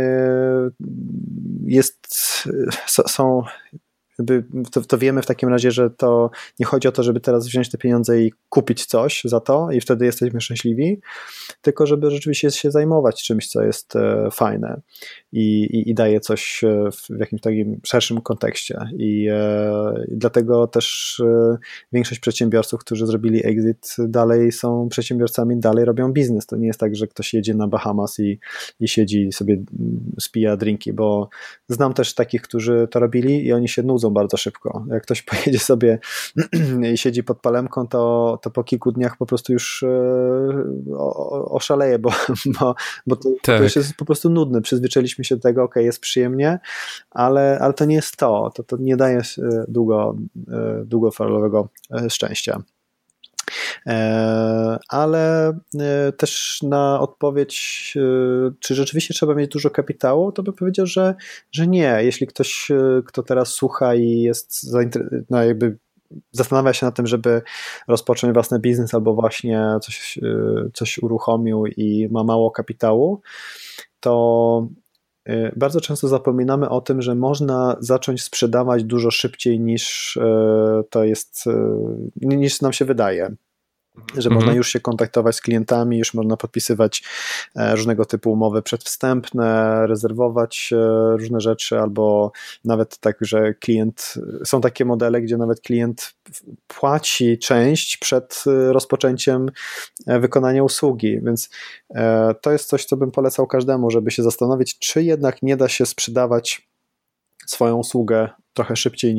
są to wiemy w takim razie, że to nie chodzi o to, żeby teraz wziąć te pieniądze i kupić coś za to i wtedy jesteśmy szczęśliwi, tylko żeby rzeczywiście się zajmować czymś, co jest fajne i daje coś w jakimś takim szerszym kontekście i dlatego też większość przedsiębiorców, którzy zrobili exit, dalej są przedsiębiorcami, dalej robią biznes. To nie jest tak, że ktoś jedzie na Bahamas i siedzi sobie, spija drinki, bo znam też takich, którzy to robili i oni się nudzą bardzo szybko. Jak ktoś pojedzie sobie i siedzi pod palemką, to po kilku dniach po prostu już oszaleje, bo to już jest po prostu nudne. Przyzwyczailiśmy się do tego, okej, jest przyjemnie, ale to nie jest to nie daje długofalowego szczęścia. Ale też na odpowiedź, czy rzeczywiście trzeba mieć dużo kapitału, to bym powiedział, że nie. Jeśli ktoś, kto teraz słucha i jest jakby zastanawia się nad tym, żeby rozpocząć własny biznes albo właśnie coś uruchomił i ma mało kapitału, to bardzo często zapominamy o tym, że można zacząć sprzedawać dużo szybciej niż nam się wydaje. Że można już się kontaktować z klientami, już można podpisywać różnego typu umowy przedwstępne, rezerwować różne rzeczy, albo nawet tak, że są takie modele, gdzie nawet klient płaci część przed rozpoczęciem wykonania usługi, więc to jest coś, co bym polecał każdemu, żeby się zastanowić, czy jednak nie da się sprzedawać swoją usługę trochę szybciej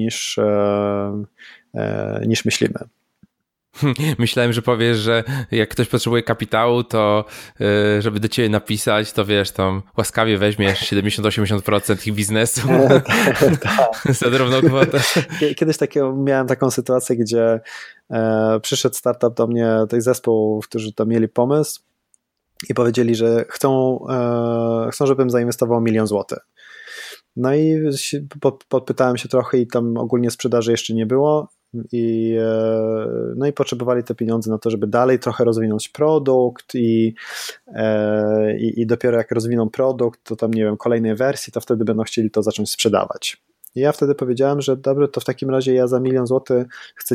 niż myślimy. Myślałem, że powiesz, że jak ktoś potrzebuje kapitału, to żeby do ciebie napisać, to wiesz, tam łaskawie weźmiesz 70-80% ich biznesu za drobną kwotę. Kiedyś miałem taką sytuację, gdzie przyszedł startup do mnie, tej zespół, którzy tam mieli pomysł i powiedzieli, że chcą, żebym zainwestował 1 000 000 złotych. No i podpytałem się trochę i tam ogólnie sprzedaży jeszcze nie było. No i potrzebowali te pieniądze na to, żeby dalej trochę rozwinąć produkt i dopiero jak rozwiną produkt, to tam, nie wiem, kolejnej wersji, to wtedy będą chcieli to zacząć sprzedawać. I ja wtedy powiedziałem, że dobrze, to w takim razie ja za 1 000 000 złotych chcę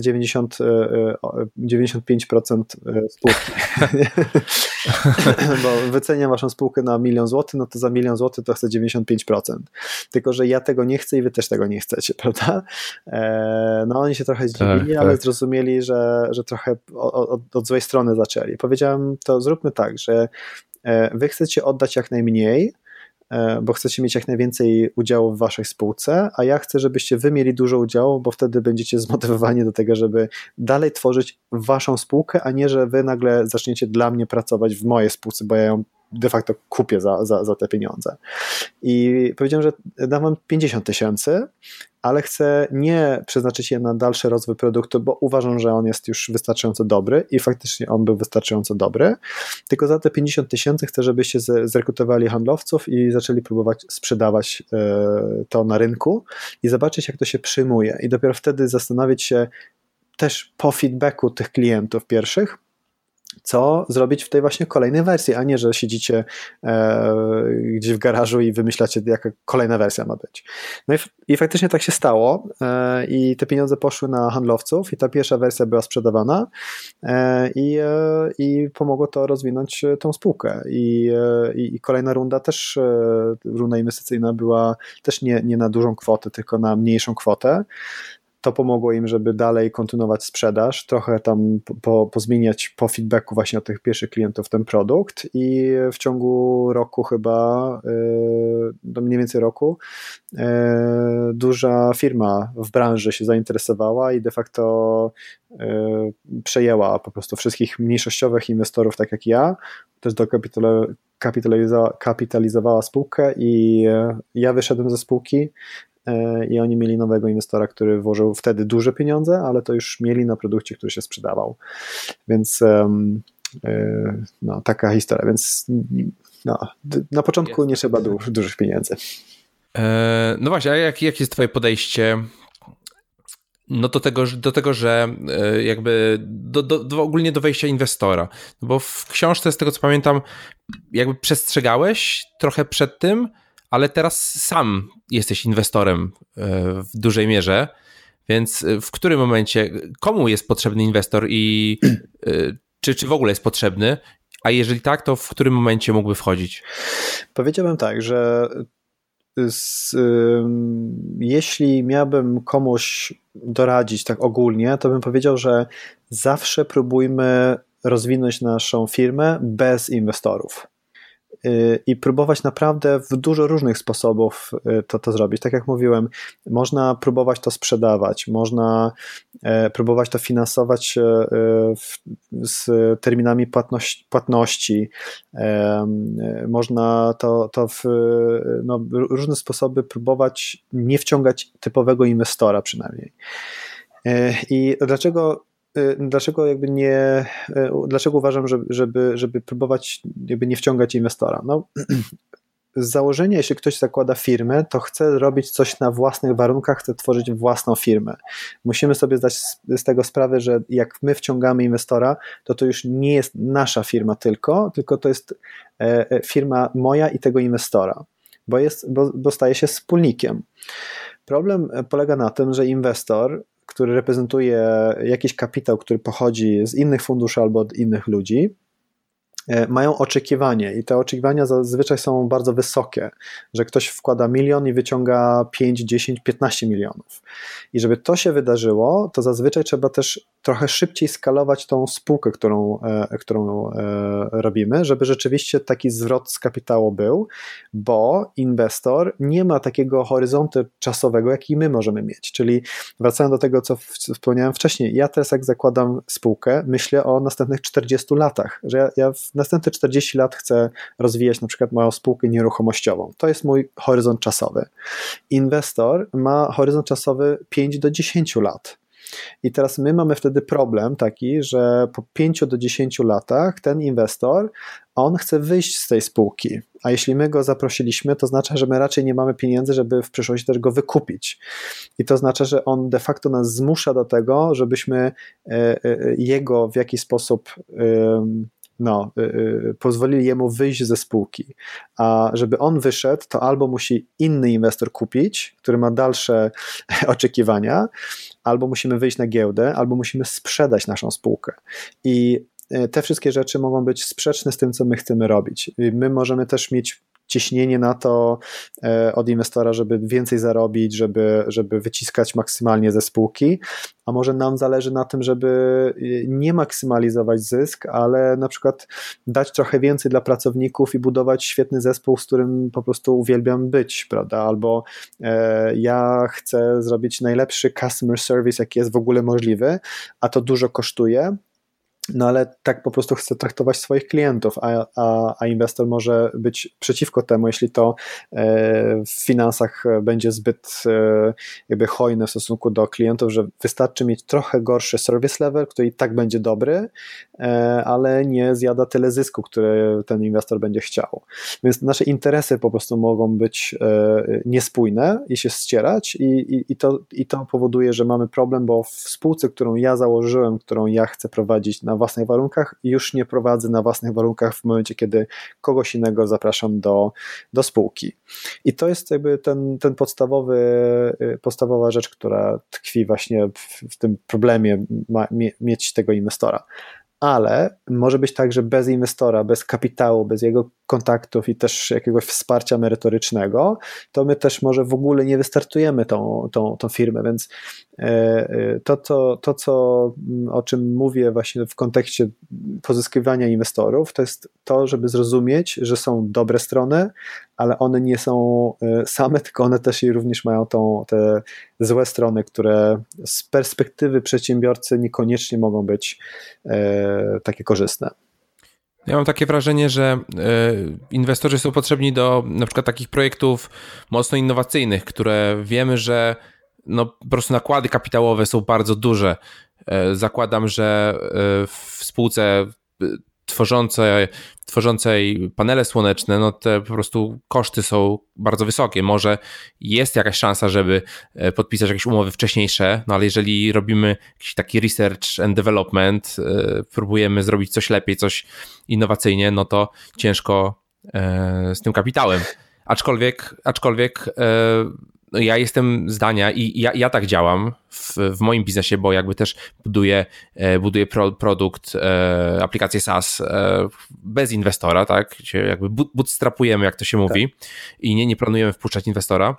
95% spółki. Bo wyceniam waszą spółkę na 1 000 000 złotych, no to za 1 000 000 złotych to chcę 95%. Tylko że ja tego nie chcę i wy też tego nie chcecie, prawda? No oni się trochę zdziwili, ale zrozumieli, że trochę od złej strony zaczęli. Powiedziałem, to zróbmy tak, że wy chcecie oddać jak najmniej, bo chcecie mieć jak najwięcej udziału w waszej spółce, a ja chcę, żebyście wy mieli dużo udziału, bo wtedy będziecie zmotywowani do tego, żeby dalej tworzyć waszą spółkę, a nie, że wy nagle zaczniecie dla mnie pracować w mojej spółce, bo ja ją de facto kupię za te pieniądze. I powiedziałem, że dam wam 50 000, ale chcę nie przeznaczyć je na dalszy rozwój produktu, bo uważam, że on jest już wystarczająco dobry i faktycznie on był wystarczająco dobry, tylko za te 50 000 chcę, żebyście zrekrutowali handlowców i zaczęli próbować sprzedawać to na rynku i zobaczyć, jak to się przyjmuje i dopiero wtedy zastanowić się też po feedbacku tych klientów pierwszych, co zrobić w tej właśnie kolejnej wersji, a nie, że siedzicie gdzieś w garażu i wymyślacie, jaka kolejna wersja ma być. No i faktycznie tak się stało i te pieniądze poszły na handlowców i ta pierwsza wersja była sprzedawana i pomogło to rozwinąć tą spółkę i kolejna runda też, runda inwestycyjna była też nie na dużą kwotę, tylko na mniejszą kwotę. To pomogło im, żeby dalej kontynuować sprzedaż, trochę tam pozmieniać po feedbacku właśnie od tych pierwszych klientów ten produkt i w ciągu roku chyba, do mniej więcej roku, duża firma w branży się zainteresowała i de facto przejęła po prostu wszystkich mniejszościowych inwestorów, tak jak ja, też kapitalizowała spółkę i ja wyszedłem ze spółki i oni mieli nowego inwestora, który włożył wtedy duże pieniądze, ale to już mieli na produkcie, który się sprzedawał. Więc no, taka historia. Więc no, na początku nie trzeba dużych pieniędzy. No właśnie, a jakie jest twoje podejście no do tego, że jakby ogólnie do wejścia inwestora? No bo w książce, z tego co pamiętam, jakby przestrzegałeś trochę przed tym, ale teraz sam jesteś inwestorem w dużej mierze, więc w którym momencie, komu jest potrzebny inwestor i czy w ogóle jest potrzebny, a jeżeli tak, to w którym momencie mógłby wchodzić? Powiedziałbym tak, że jeśli miałbym komuś doradzić tak ogólnie, to bym powiedział, że zawsze próbujmy rozwinąć naszą firmę bez inwestorów. I próbować naprawdę w dużo różnych sposobów to zrobić. Tak jak mówiłem, można próbować to sprzedawać, można próbować to finansować z terminami płatności, można to w różne sposoby próbować nie wciągać typowego inwestora przynajmniej. I dlaczego uważam, żeby próbować jakby nie wciągać inwestora? No, z założenia, jeśli ktoś zakłada firmę, to chce robić coś na własnych warunkach, chce tworzyć własną firmę. Musimy sobie zdać z tego sprawę, że jak my wciągamy inwestora, to już nie jest nasza firma tylko to jest firma moja i tego inwestora, bo staje się wspólnikiem. Problem polega na tym, że inwestor, który reprezentuje jakiś kapitał, który pochodzi z innych funduszy albo od innych ludzi, mają oczekiwania i te oczekiwania zazwyczaj są bardzo wysokie, że ktoś wkłada 1 milion i wyciąga 5, 10, 15 milionów. I żeby to się wydarzyło, to zazwyczaj trzeba też trochę szybciej skalować tą spółkę, którą robimy, żeby rzeczywiście taki zwrot z kapitału był, bo inwestor nie ma takiego horyzontu czasowego, jaki my możemy mieć. Czyli wracając do tego, co wspomniałem wcześniej, ja teraz jak zakładam spółkę, myślę o następnych 40 latach, że ja w następne 40 lat chcę rozwijać na przykład moją spółkę nieruchomościową. To jest mój horyzont czasowy. Inwestor ma horyzont czasowy 5 do 10 lat. I teraz my mamy wtedy problem taki, że po 5 do 10 latach ten inwestor, on chce wyjść z tej spółki, a jeśli my go zaprosiliśmy, to znaczy, że my raczej nie mamy pieniędzy, żeby w przyszłości też go wykupić. I to znaczy, że on de facto nas zmusza do tego, żebyśmy jego w jakiś sposób pozwolili jemu wyjść ze spółki, a żeby on wyszedł, to albo musi inny inwestor kupić, który ma dalsze oczekiwania, albo musimy wyjść na giełdę, albo musimy sprzedać naszą spółkę. I te wszystkie rzeczy mogą być sprzeczne z tym, co my chcemy robić. My możemy też mieć ciśnienie na to od inwestora, żeby więcej zarobić, żeby wyciskać maksymalnie ze spółki, a może nam zależy na tym, żeby nie maksymalizować zysk, ale na przykład dać trochę więcej dla pracowników i budować świetny zespół, z którym po prostu uwielbiam być, prawda? Albo ja chcę zrobić najlepszy customer service, jaki jest w ogóle możliwy, a to dużo kosztuje, no ale tak po prostu chcę traktować swoich klientów, a inwestor może być przeciwko temu, jeśli to w finansach będzie zbyt jakby hojne w stosunku do klientów, że wystarczy mieć trochę gorszy service level, który i tak będzie dobry, ale nie zjada tyle zysku, który ten inwestor będzie chciał. Więc nasze interesy po prostu mogą być niespójne i się ścierać i to powoduje, że mamy problem, bo w spółce, którą ja założyłem, którą ja chcę prowadzić na własnych warunkach, już nie prowadzę na własnych warunkach w momencie, kiedy kogoś innego zapraszam do spółki. I to jest jakby ten podstawowa rzecz, która tkwi właśnie w tym problemie mieć tego inwestora. Ale może być tak, że bez inwestora, bez kapitału, bez jego kontaktów i też jakiegoś wsparcia merytorycznego, to my też może w ogóle nie wystartujemy tą firmę, więc o czym mówię właśnie w kontekście pozyskiwania inwestorów, to jest to, żeby zrozumieć, że są dobre strony, ale one nie są same, tylko one też i również mają te złe strony, które z perspektywy przedsiębiorcy niekoniecznie mogą być takie korzystne. Ja mam takie wrażenie, że inwestorzy są potrzebni do na przykład takich projektów mocno innowacyjnych, które wiemy, że no, po prostu nakłady kapitałowe są bardzo duże. Zakładam, że w spółce tworzącej panele słoneczne, no te po prostu koszty są bardzo wysokie. Może jest jakaś szansa, żeby podpisać jakieś umowy wcześniejsze, no ale jeżeli robimy jakiś taki research and development, próbujemy zrobić coś lepiej, coś innowacyjnie, no to ciężko z tym kapitałem. Aczkolwiek no ja jestem zdania i ja tak działam w moim biznesie, bo jakby też buduję produkt, aplikację SaaS bez inwestora, tak? Jakby bootstrapujemy, jak to się mówi, i nie planujemy wpuszczać inwestora.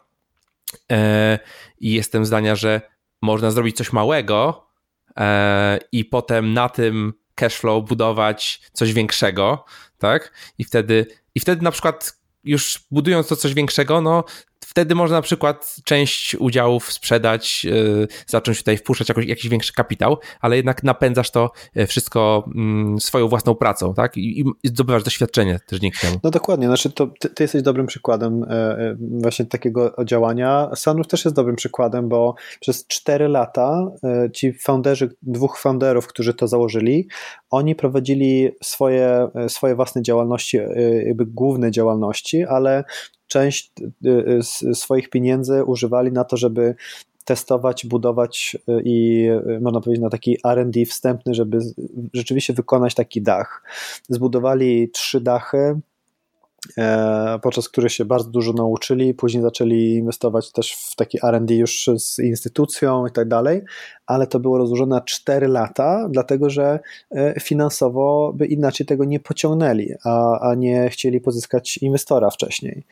I jestem zdania, że można zrobić coś małego i potem na tym cashflow budować coś większego, tak? I wtedy na przykład już budując to coś większego, no wtedy można na przykład część udziałów sprzedać, zacząć tutaj wpuszczać jakiś większy kapitał, ale jednak napędzasz to wszystko swoją własną pracą, tak? I zdobywasz doświadczenie też dzięki temu. No dokładnie, znaczy to ty jesteś dobrym przykładem właśnie takiego działania. Sunroof też jest dobrym przykładem, bo przez 4 lata ci dwóch founderów, którzy to założyli, oni prowadzili swoje własne działalności, jakby główne działalności, ale część swoich pieniędzy używali na to, żeby testować, budować i można powiedzieć na taki R&D wstępny, żeby rzeczywiście wykonać taki dach. Zbudowali 3 dachy, podczas których się bardzo dużo nauczyli, później zaczęli inwestować też w taki R&D już z instytucją i tak dalej, ale to było rozłożone na 4 lata, dlatego że finansowo by inaczej tego nie pociągnęli, a nie chcieli pozyskać inwestora wcześniej.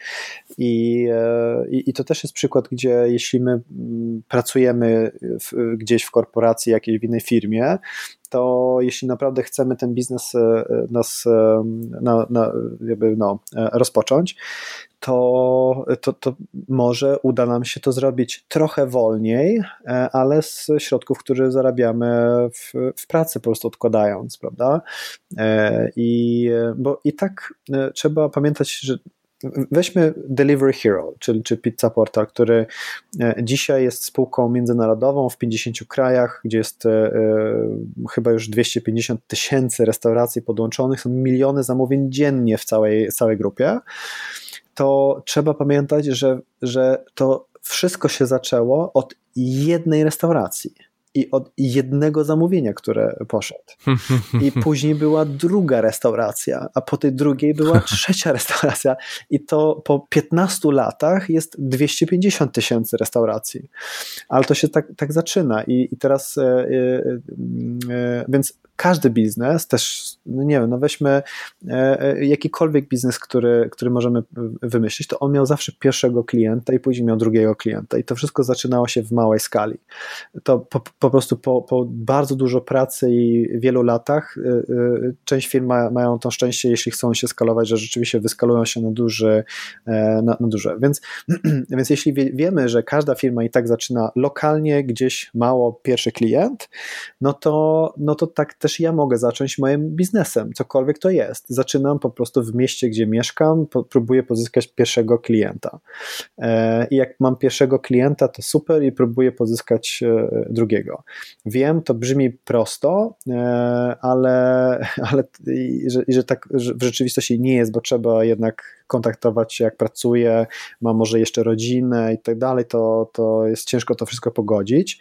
I to też jest przykład, gdzie jeśli my pracujemy gdzieś w korporacji, jakiejś w innej firmie, to jeśli naprawdę chcemy ten biznes rozpocząć, to może uda nam się to zrobić trochę wolniej, ale z środków, które zarabiamy w pracy, po prostu odkładając, prawda? I tak trzeba pamiętać, że weźmy Delivery Hero, czy Pizza Portal, który dzisiaj jest spółką międzynarodową w 50 krajach, gdzie jest chyba już 250 000 restauracji podłączonych, są miliony zamówień dziennie w całej grupie. To trzeba pamiętać, że to wszystko się zaczęło od jednej restauracji i od jednego zamówienia, które poszedł. I później była druga restauracja, a po tej drugiej była trzecia restauracja i to po 15 latach jest 250 000 restauracji. Ale to się tak zaczyna i teraz więc każdy biznes też, no nie wiem, no weźmy jakikolwiek biznes, który możemy wymyślić, to on miał zawsze pierwszego klienta i później miał drugiego klienta i to wszystko zaczynało się w małej skali. To po prostu po bardzo dużo pracy i wielu latach część firm mają to szczęście, jeśli chcą się skalować, że rzeczywiście wyskalują się na duże. Więc jeśli wiemy, że każda firma i tak zaczyna lokalnie, gdzieś mało pierwszy klient, no to tak też ja mogę zacząć moim biznesem, cokolwiek to jest. Zaczynam po prostu w mieście, gdzie mieszkam, próbuję pozyskać pierwszego klienta. I jak mam pierwszego klienta, to super i próbuję pozyskać drugiego. Wiem, to brzmi prosto, ale że tak w rzeczywistości nie jest, bo trzeba jednak kontaktować się, jak pracuję, mam może jeszcze rodzinę i tak dalej, to jest ciężko to wszystko pogodzić.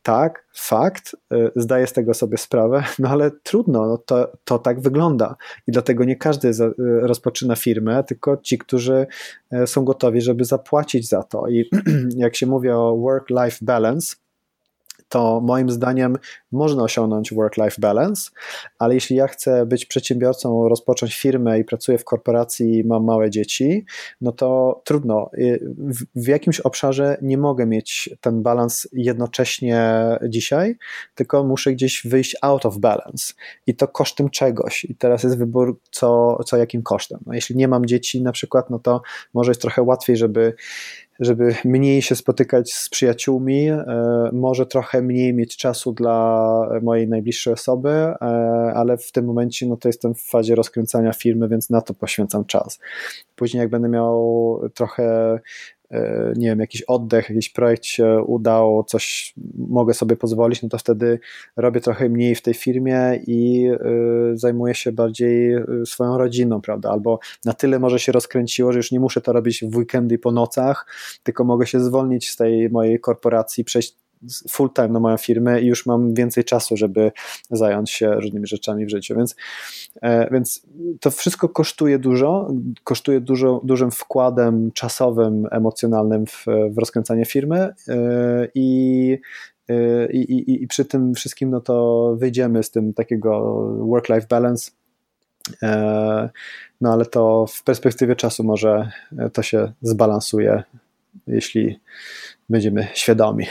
tak, fakt, zdaję z tego sobie sprawę, no ale trudno, no to tak wygląda i dlatego nie każdy rozpoczyna firmę, tylko ci, którzy są gotowi, żeby zapłacić za to i jak się mówi o work-life balance, to moim zdaniem można osiągnąć work-life balance, ale jeśli ja chcę być przedsiębiorcą, rozpocząć firmę i pracuję w korporacji i mam małe dzieci, no to trudno. W jakimś obszarze nie mogę mieć ten balans jednocześnie dzisiaj, tylko muszę gdzieś wyjść out of balance i to kosztem czegoś. I teraz jest wybór, co jakim kosztem. No jeśli nie mam dzieci na przykład, no to może jest trochę łatwiej, żeby mniej się spotykać z przyjaciółmi, może trochę mniej mieć czasu dla mojej najbliższej osoby, ale w tym momencie no to jestem w fazie rozkręcania firmy, więc na to poświęcam czas. Później jak będę miał trochę, nie wiem, jakiś oddech, jakiś projekt się udał, coś mogę sobie pozwolić, no to wtedy robię trochę mniej w tej firmie i zajmuję się bardziej swoją rodziną, prawda, albo na tyle może się rozkręciło, że już nie muszę to robić w weekendy po nocach, tylko mogę się zwolnić z tej mojej korporacji, przejść full time na moją firmę i już mam więcej czasu, żeby zająć się różnymi rzeczami w życiu, więc to wszystko kosztuje dużym wkładem czasowym, emocjonalnym w rozkręcanie firmy i przy tym wszystkim no to wyjdziemy z tym takiego work-life balance, no ale to w perspektywie czasu może to się zbalansuje, jeśli będziemy świadomi.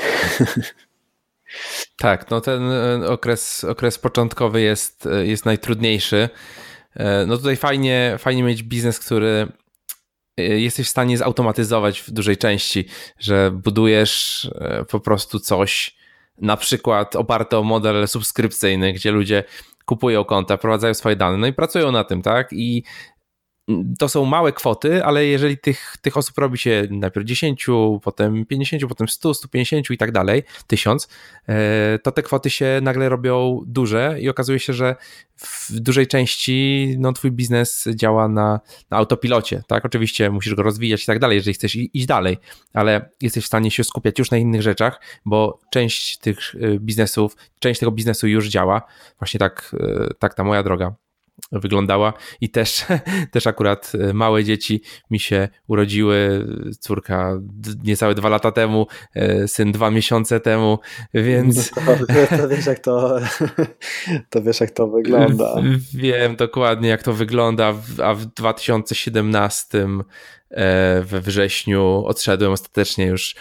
Tak, no ten okres początkowy jest najtrudniejszy. No tutaj fajnie mieć biznes, który jesteś w stanie zautomatyzować w dużej części, że budujesz po prostu coś, na przykład oparte o model subskrypcyjny, gdzie ludzie kupują konta, prowadzają swoje dane, no i pracują na tym, tak? I to są małe kwoty, ale jeżeli tych osób robi się najpierw 10, potem 50, potem 100, 150 i tak dalej, 1000, to te kwoty się nagle robią duże i okazuje się, że w dużej części no, twój biznes działa na autopilocie, tak? Oczywiście musisz go rozwijać i tak dalej, jeżeli chcesz iść dalej, ale jesteś w stanie się skupiać już na innych rzeczach, bo część tego biznesu już działa. Właśnie tak ta moja droga wyglądała i też akurat małe dzieci mi się urodziły, córka niecałe 2 lata temu, syn 2 miesiące temu, więc... To wiesz jak to wygląda. Wiem dokładnie jak to wygląda, a w 2017 we wrześniu odszedłem ostatecznie już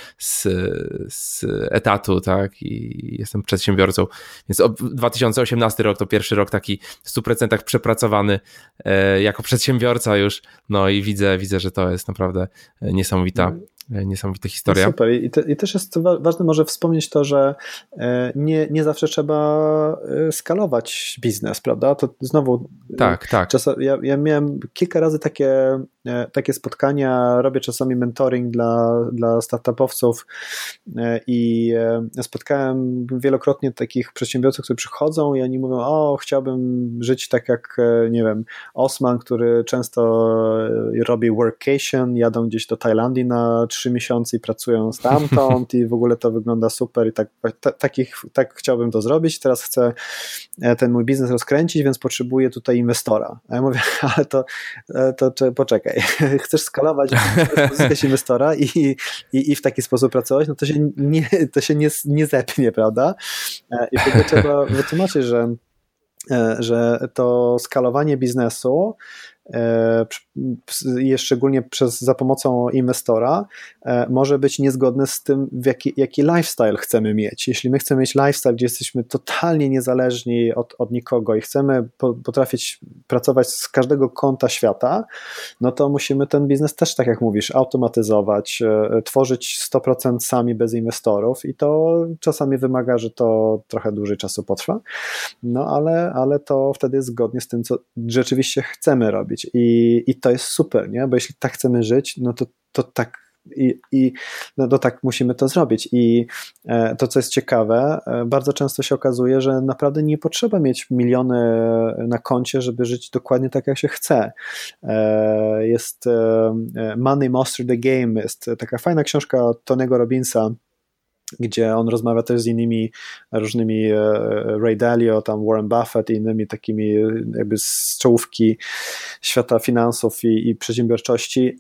z etatu, tak, i jestem przedsiębiorcą, więc 2018 rok to pierwszy rok taki w 100% przepracowany jako przedsiębiorca już, no i widzę, że to jest naprawdę niesamowita historia. No super. I też jest ważne może wspomnieć to, że nie zawsze trzeba skalować biznes, prawda? To znowu tak. Ja miałem kilka razy takie spotkania, robię czasami mentoring dla startupowców i spotkałem wielokrotnie takich przedsiębiorców, którzy przychodzą i oni mówią, chciałbym żyć tak jak, nie wiem, Osman, który często robi workation, jadą gdzieś do Tajlandii na 3 miesiące i pracują stamtąd i w ogóle to wygląda super i tak chciałbym to zrobić. Teraz chcę ten mój biznes rozkręcić, więc potrzebuję tutaj inwestora. A ja mówię, ale to poczekaj, chcesz skalować, chcesz pozyskać inwestora i w taki sposób pracować, no to się nie zepnie, prawda? I wtedy trzeba wytłumaczyć, że to skalowanie biznesu szczególnie za pomocą inwestora może być niezgodne z tym, jaki lifestyle chcemy mieć. Jeśli my chcemy mieć lifestyle, gdzie jesteśmy totalnie niezależni od nikogo i chcemy potrafić pracować z każdego kąta świata, no to musimy ten biznes też, tak jak mówisz, automatyzować, tworzyć 100% sami bez inwestorów i to czasami wymaga, że to trochę dłużej czasu potrwa, no ale to wtedy jest zgodnie z tym, co rzeczywiście chcemy robić. I to jest super, nie? Bo jeśli tak chcemy żyć, no to tak no to tak musimy to zrobić. I to, co jest ciekawe, bardzo często się okazuje, że naprawdę nie potrzeba mieć miliony na koncie, żeby żyć dokładnie tak, jak się chce. Jest Money Master the Game, jest taka fajna książka Tony'ego Robbinsa, gdzie on rozmawia też z innymi różnymi Ray Dalio, tam Warren Buffett i innymi takimi jakby z czołówki świata finansów i przedsiębiorczości,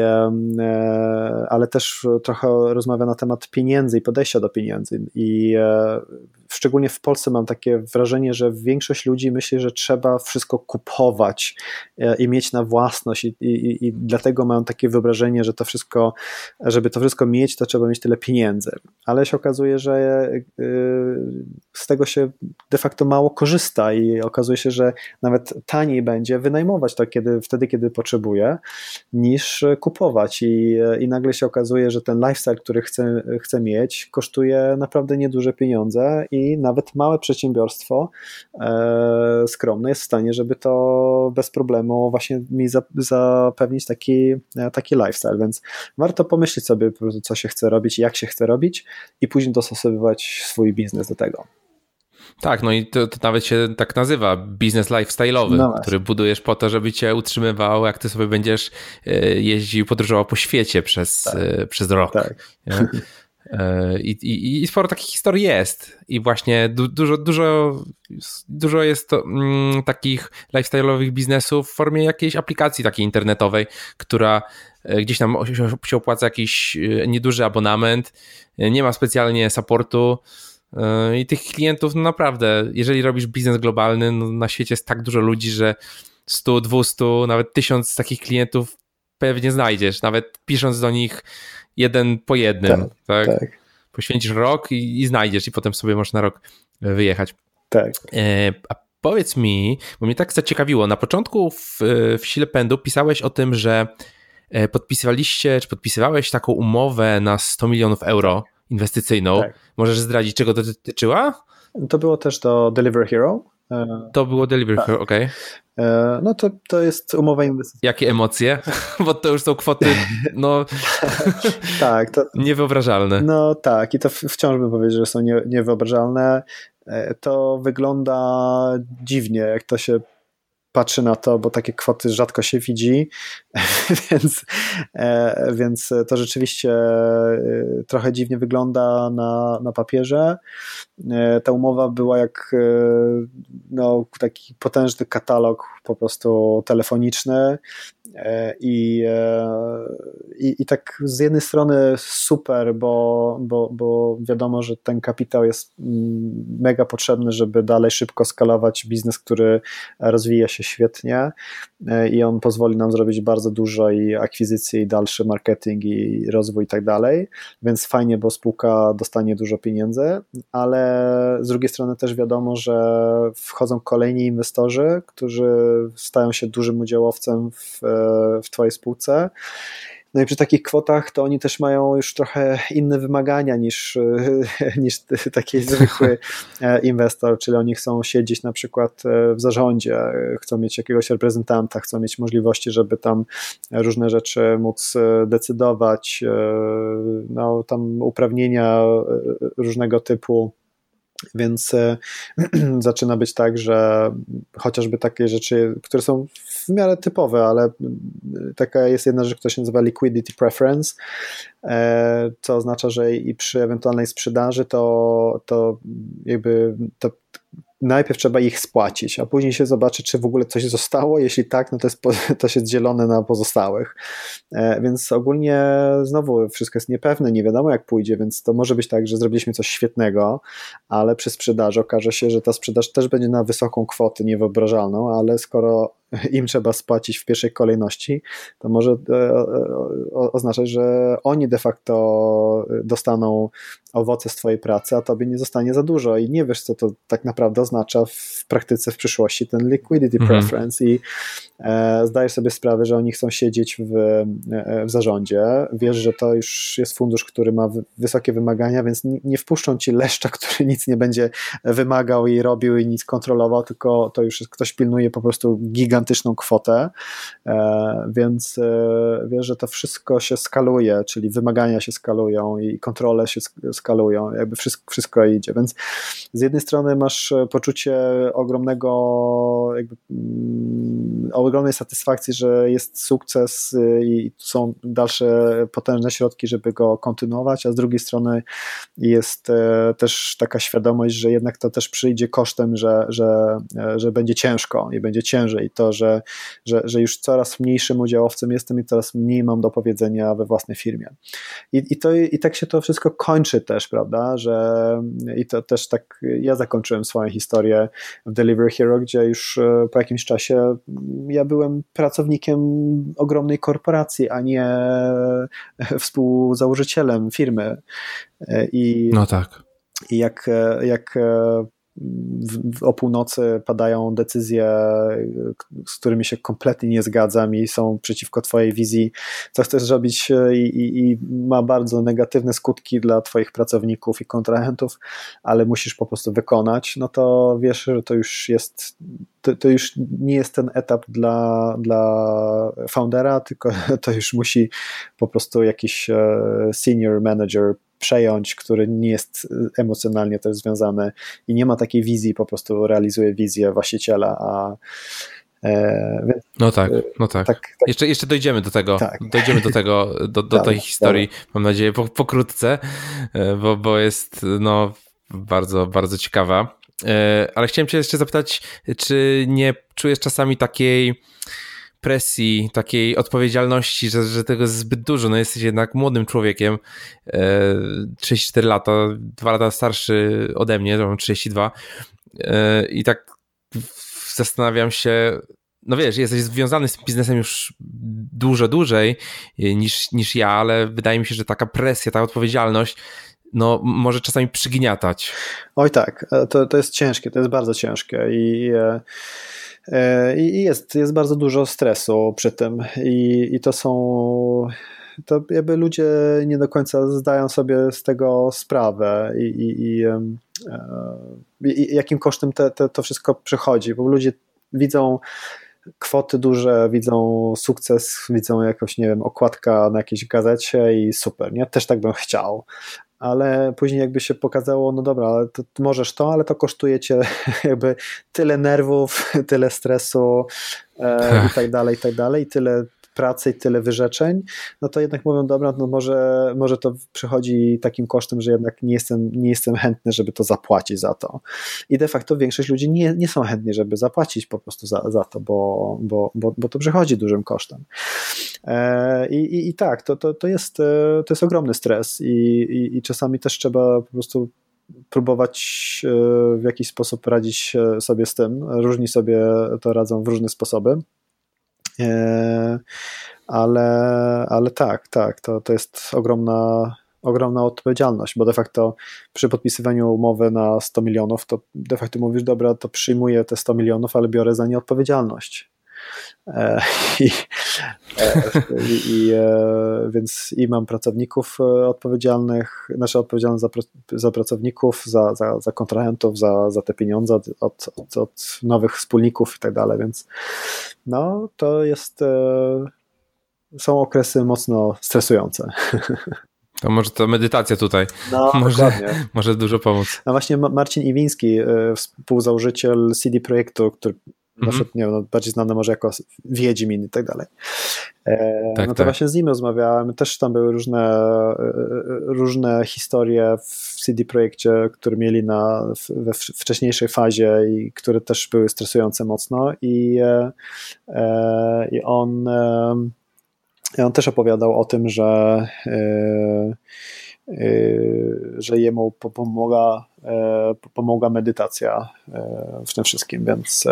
ale też trochę rozmawia na temat pieniędzy i podejścia do pieniędzy. I szczególnie w Polsce mam takie wrażenie, że większość ludzi myśli, że trzeba wszystko kupować i mieć na własność i dlatego mam takie wyobrażenie, że to wszystko, żeby to wszystko mieć, to trzeba mieć tyle pieniędzy. Ale się okazuje, że z tego się de facto mało korzysta i okazuje się, że nawet taniej będzie wynajmować to wtedy, kiedy potrzebuję, niż kupować i nagle się okazuje, że ten lifestyle, który chcę mieć, kosztuje naprawdę nieduże pieniądze i nawet małe przedsiębiorstwo skromne jest w stanie, żeby to bez problemu właśnie mi zapewnić taki lifestyle, więc warto pomyśleć sobie, co się chce robić, jak się chce robić i później dostosowywać swój biznes do tego. Tak, no i to nawet się tak nazywa, biznes lifestyle'owy, który budujesz po to, żeby cię utrzymywał, jak ty sobie będziesz jeździł, podróżował po świecie przez rok. Tak. I sporo takich historii jest i właśnie dużo jest to, takich lifestyle'owych biznesów w formie jakiejś aplikacji takiej internetowej, która gdzieś tam się opłaca jakiś nieduży abonament, nie ma specjalnie supportu i tych klientów, no naprawdę, jeżeli robisz biznes globalny, no na świecie jest tak dużo ludzi, że 100, 200, nawet 1000 takich klientów pewnie znajdziesz, nawet pisząc do nich jeden po jednym, tak? Poświęcisz rok i znajdziesz i potem sobie możesz na rok wyjechać. Tak. A powiedz mi, bo mnie tak zaciekawiło, na początku w Sile Pędu pisałeś o tym, że podpisywałeś taką umowę na 100 milionów euro inwestycyjną. Tak. Możesz zdradzić, czego to dotyczyła? To było też do Delivery Hero. To było Delivery Hero, okej. No to jest umowa inwestycyjna. Jakie emocje? Bo to już są kwoty tak, to niewyobrażalne. No tak, i to wciąż bym powiedział, że są niewyobrażalne. To wygląda dziwnie, jak to się patrzy na to, bo takie kwoty rzadko się widzi, więc to rzeczywiście trochę dziwnie wygląda na papierze. Ta umowa była jak taki potężny katalog po prostu telefoniczny i tak z jednej strony super, bo wiadomo, że ten kapitał jest mega potrzebny, żeby dalej szybko skalować biznes, który rozwija się świetnie i on pozwoli nam zrobić bardzo dużo i akwizycje, i dalszy marketing, i rozwój i tak dalej, więc fajnie, bo spółka dostanie dużo pieniędzy, ale z drugiej strony też wiadomo, że wchodzą kolejni inwestorzy, którzy stają się dużym udziałowcem w twojej spółce. No i przy takich kwotach to oni też mają już trochę inne wymagania niż taki zwykły inwestor, czyli oni chcą siedzieć na przykład w zarządzie, chcą mieć jakiegoś reprezentanta, chcą mieć możliwości, żeby tam różne rzeczy móc decydować, no tam uprawnienia różnego typu. Więc zaczyna być tak, że chociażby takie rzeczy, które są w miarę typowe, ale taka jest jedna rzecz, która się nazywa liquidity preference, co oznacza, że i przy ewentualnej sprzedaży to najpierw trzeba ich spłacić, a później się zobaczy, czy w ogóle coś zostało. Jeśli tak, no to jest dzielone na pozostałych. Więc ogólnie znowu wszystko jest niepewne, nie wiadomo jak pójdzie, więc to może być tak, że zrobiliśmy coś świetnego, ale przy sprzedaży okaże się, że ta sprzedaż też będzie na wysoką kwotę, niewyobrażalną, ale skoro im trzeba spłacić w pierwszej kolejności, to może oznaczać, że oni de facto dostaną owoce z twojej pracy, a tobie nie zostanie za dużo i nie wiesz, co to tak naprawdę oznacza w praktyce w przyszłości, ten liquidity preference i zdajesz sobie sprawę, że oni chcą siedzieć w zarządzie, wiesz, że to już jest fundusz, który ma wysokie wymagania, więc nie wpuszczą ci leszcza, który nic nie będzie wymagał i robił i nic kontrolował, tylko to już ktoś pilnuje po prostu gigantyczną kwotę, więc wiesz, że to wszystko się skaluje, czyli wymagania się skalują i kontrole się skalują, jakby wszystko idzie, więc z jednej strony masz poczucie ogromnego jakby ogromnej satysfakcji, że jest sukces i tu są dalsze potężne środki, żeby go kontynuować, a z drugiej strony jest też taka świadomość, że jednak to też przyjdzie kosztem, że będzie ciężko i będzie ciężej. To, że już coraz mniejszym udziałowcem jestem i coraz mniej mam do powiedzenia we własnej firmie. I tak się to wszystko kończy też, prawda, i to też tak ja zakończyłem swoją historię w Delivery Hero, gdzie już po jakimś czasie ja byłem pracownikiem ogromnej korporacji, a nie współzałożycielem firmy. No tak. I jak o północy padają decyzje, z którymi się kompletnie nie zgadzam i są przeciwko twojej wizji, co chcesz robić i ma bardzo negatywne skutki dla twoich pracowników i kontrahentów, ale musisz po prostu wykonać, no to wiesz, że to już jest to już nie jest ten etap dla foundera, tylko to już musi po prostu jakiś senior manager przejąć, który nie jest emocjonalnie też związany i nie ma takiej wizji, po prostu realizuje wizję właściciela, No tak. Jeszcze dojdziemy do tego. Tak. Dojdziemy do tego, do tej historii, mam nadzieję, pokrótce, bo jest bardzo, bardzo ciekawa. Ale chciałem cię jeszcze zapytać, czy nie czujesz czasami takiej presji, takiej odpowiedzialności, że tego jest zbyt dużo, no jesteś jednak młodym człowiekiem, 34 lata, 2 lata starszy ode mnie, to mam 32 i tak zastanawiam się, no wiesz, jesteś związany z tym biznesem już dużo dłużej niż ja, ale wydaje mi się, że taka presja, ta odpowiedzialność może czasami przygniatać. Oj tak, to jest ciężkie, to jest bardzo ciężkie i jest bardzo dużo stresu przy tym i to jakby ludzie nie do końca zdają sobie z tego sprawę i jakim kosztem to wszystko przychodzi, bo ludzie widzą kwoty duże, widzą sukces, widzą jakąś, nie wiem, okładka na jakiejś gazecie i super, nie? Też tak bym chciał. Ale później jakby się pokazało, no dobra, ale to możesz ale to kosztuje cię jakby tyle nerwów, tyle stresu i tak dalej, i tyle pracy i tyle wyrzeczeń, no to jednak mówią, dobra, no może to przychodzi takim kosztem, że jednak nie jestem chętny, żeby to zapłacić za to. I de facto większość ludzi nie są chętni, żeby zapłacić po prostu za to, bo to przychodzi dużym kosztem. I tak, to jest ogromny stres i czasami też trzeba po prostu próbować w jakiś sposób radzić sobie z tym. Różni sobie to radzą w różne sposoby. Ale tak, to jest ogromna odpowiedzialność, bo de facto przy podpisywaniu umowy na 100 milionów, to de facto mówisz, dobra, to przyjmuję te 100 milionów, ale biorę za nie odpowiedzialność. Więc mam pracowników odpowiedzialnych, za pracowników, za kontrahentów, za te pieniądze od nowych wspólników i tak dalej, więc to jest są okresy mocno stresujące. To może to medytacja tutaj może dużo pomóc. A właśnie Marcin Iwiński, współzałożyciel CD Projektu, który bardziej znany może jako Wiedźmin i tak dalej. To właśnie z nim rozmawiałem. Też tam były różne historie w CD Projekcie, które mieli we wcześniejszej fazie i które też były stresujące mocno i on też opowiadał o tym, że jemu pomogła medytacja w tym wszystkim, więc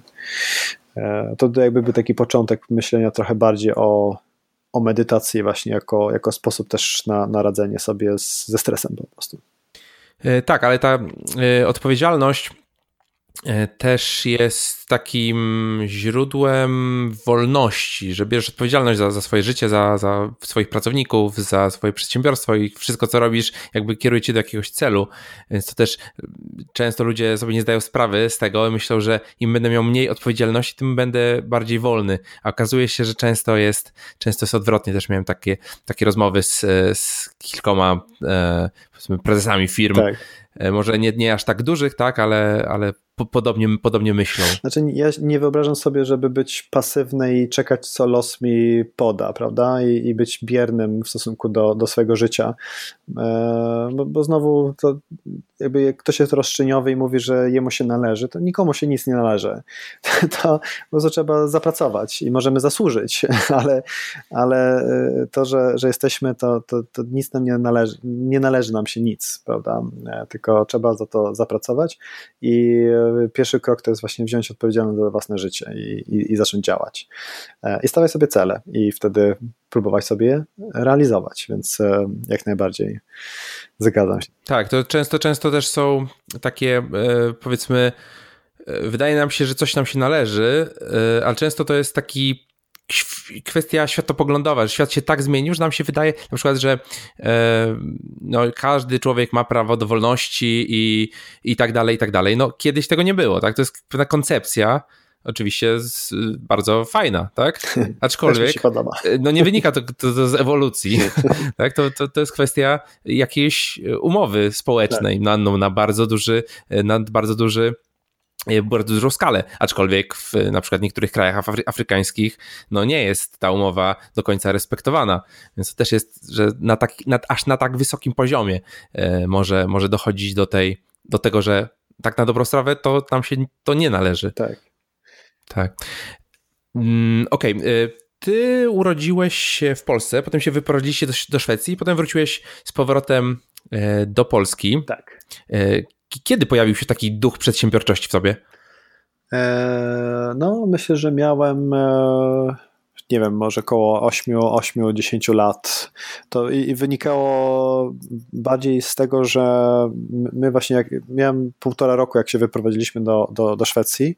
to jakby był taki początek myślenia trochę bardziej o medytacji właśnie jako sposób też na radzenie sobie ze stresem po prostu. Tak, ale ta odpowiedzialność też jest takim źródłem wolności, że bierzesz odpowiedzialność za swoje życie, za swoich pracowników, za swoje przedsiębiorstwo i wszystko, co robisz, jakby kieruje cię do jakiegoś celu. Więc to też często ludzie sobie nie zdają sprawy z tego, myślą, że im będę miał mniej odpowiedzialności, tym będę bardziej wolny. A okazuje się, że często jest odwrotnie. Też miałem takie rozmowy z kilkoma powiedzmy prezesami firm. Tak. Może nie aż tak dużych, tak, ale podobnie myślą. Znaczy ja nie wyobrażam sobie, żeby być pasywny i czekać, co los mi poda, prawda? I być biernym w stosunku do swojego życia. Bo znowu to jakby jak ktoś jest roszczeniowy i mówi, że jemu się należy, to nikomu się nic nie należy. To po prostu trzeba zapracować i możemy zasłużyć, ale to, że jesteśmy, to nic nam nie należy nam się nic, prawda? Tylko trzeba za to zapracować i pierwszy krok to jest właśnie wziąć odpowiedzialność za własne życie i zacząć działać. I stawiać sobie cele i wtedy próbować sobie je realizować, więc jak najbardziej zgadzam się. Tak, to często też są takie, powiedzmy, wydaje nam się, że coś nam się należy, ale często to jest taki kwestia światopoglądowa, że świat się tak zmienił, że nam się wydaje na przykład, że no, każdy człowiek ma prawo do wolności i tak dalej, i tak dalej. No kiedyś tego nie było, tak? To jest pewna koncepcja, oczywiście bardzo fajna, tak? Aczkolwiek no nie wynika to z ewolucji, tak? To jest kwestia jakiejś umowy społecznej tak. na bardzo dużą skalę, aczkolwiek w na przykład niektórych krajach afrykańskich no nie jest ta umowa do końca respektowana, więc to też jest, że aż na tak wysokim poziomie może dochodzić do tego, że tak na dobrą sprawę to nam się to nie należy. Tak. Okej. Ty urodziłeś się w Polsce, potem się wyprowadziliście do Szwecji, potem wróciłeś z powrotem do Polski. Tak. Kiedy pojawił się taki duch przedsiębiorczości w tobie? No, myślę, że miałem, nie wiem, może około 8-10 lat. To i wynikało bardziej z tego, że my właśnie, miałem 1,5 roku, jak się wyprowadziliśmy do Szwecji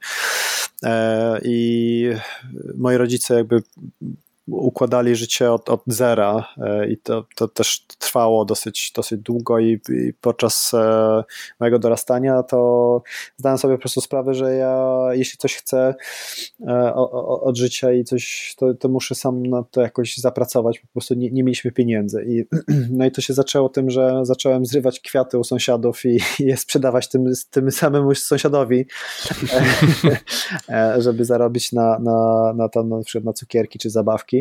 i moi rodzice jakby układali życie od zera i to też trwało dosyć długo i podczas mojego dorastania to zdałem sobie po prostu sprawę, że ja jeśli coś chcę od życia i coś, to muszę sam na to jakoś zapracować, po prostu nie mieliśmy pieniędzy no i to się zaczęło tym, że zacząłem zrywać kwiaty u sąsiadów i je sprzedawać tym samemu sąsiadowi żeby zarobić na przykład na cukierki czy zabawki.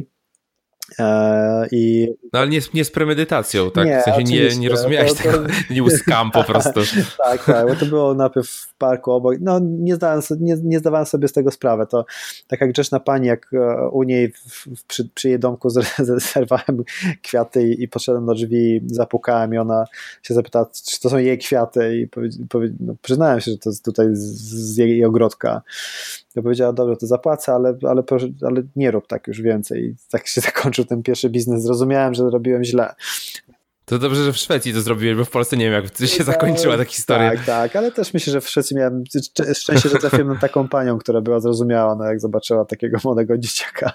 No ale nie z premedytacją, tak? Nie, w sensie nie rozumiałeś tego, nie był scam po prostu. Tak, bo to było najpierw w parku obok, no nie zdawałem sobie z tego sprawy, to taka grzeczna pani, jak u niej przy jej domku zerwałem kwiaty i poszedłem do drzwi, zapukałem i ona się zapytała, czy to są jej kwiaty i no, przyznałem się, że to jest tutaj z jej ogrodka. Ja powiedziała, dobra, to zapłacę, ale nie rób tak już więcej. I tak się zakończył ten pierwszy biznes. Zrozumiałem, że robiłem źle. To dobrze, że w Szwecji to zrobiłeś, bo w Polsce nie wiem, jak się zakończyła ta historia. Tak, ale też myślę, że w Szwecji miałem szczęście, że trafiłem na taką panią, która była zrozumiała, no jak zobaczyła takiego młodego dzieciaka.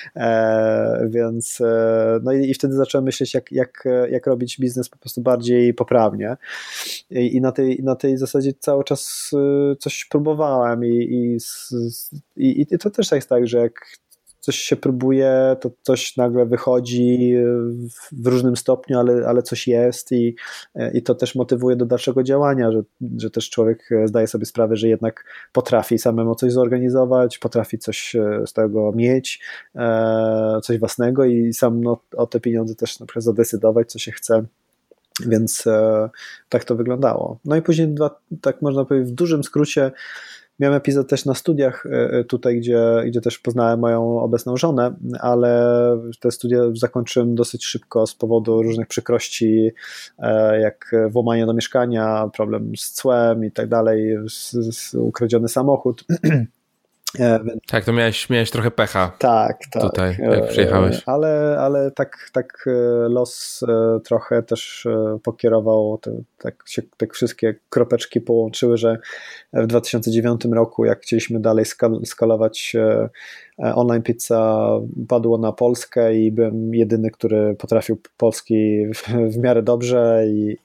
Więc no i wtedy zacząłem myśleć, jak robić biznes po prostu bardziej poprawnie. I na tej zasadzie cały czas coś próbowałem i to też jest tak, że jak coś się próbuje, to coś nagle wychodzi w różnym stopniu, ale coś jest i to też motywuje do dalszego działania, że też człowiek zdaje sobie sprawę, że jednak potrafi samemu coś zorganizować, potrafi coś z tego mieć, coś własnego i sam o te pieniądze też na przykład zadecydować, co się chce. Więc tak to wyglądało. No i później tak można powiedzieć w dużym skrócie miałem epizod też na studiach tutaj, gdzie też poznałem moją obecną żonę, ale te studia zakończyłem dosyć szybko z powodu różnych przykrości, jak włamanie do mieszkania, problem z cłem i tak dalej, ukradziony samochód. Tak, to miałeś trochę pecha. Tak. Tutaj, jak przyjechałeś. Ale tak los trochę też pokierował, tak się te wszystkie kropeczki połączyły, że w 2009 roku, jak chcieliśmy dalej skalować online pizza, padło na Polskę i byłem jedyny, który potrafił polski w miarę dobrze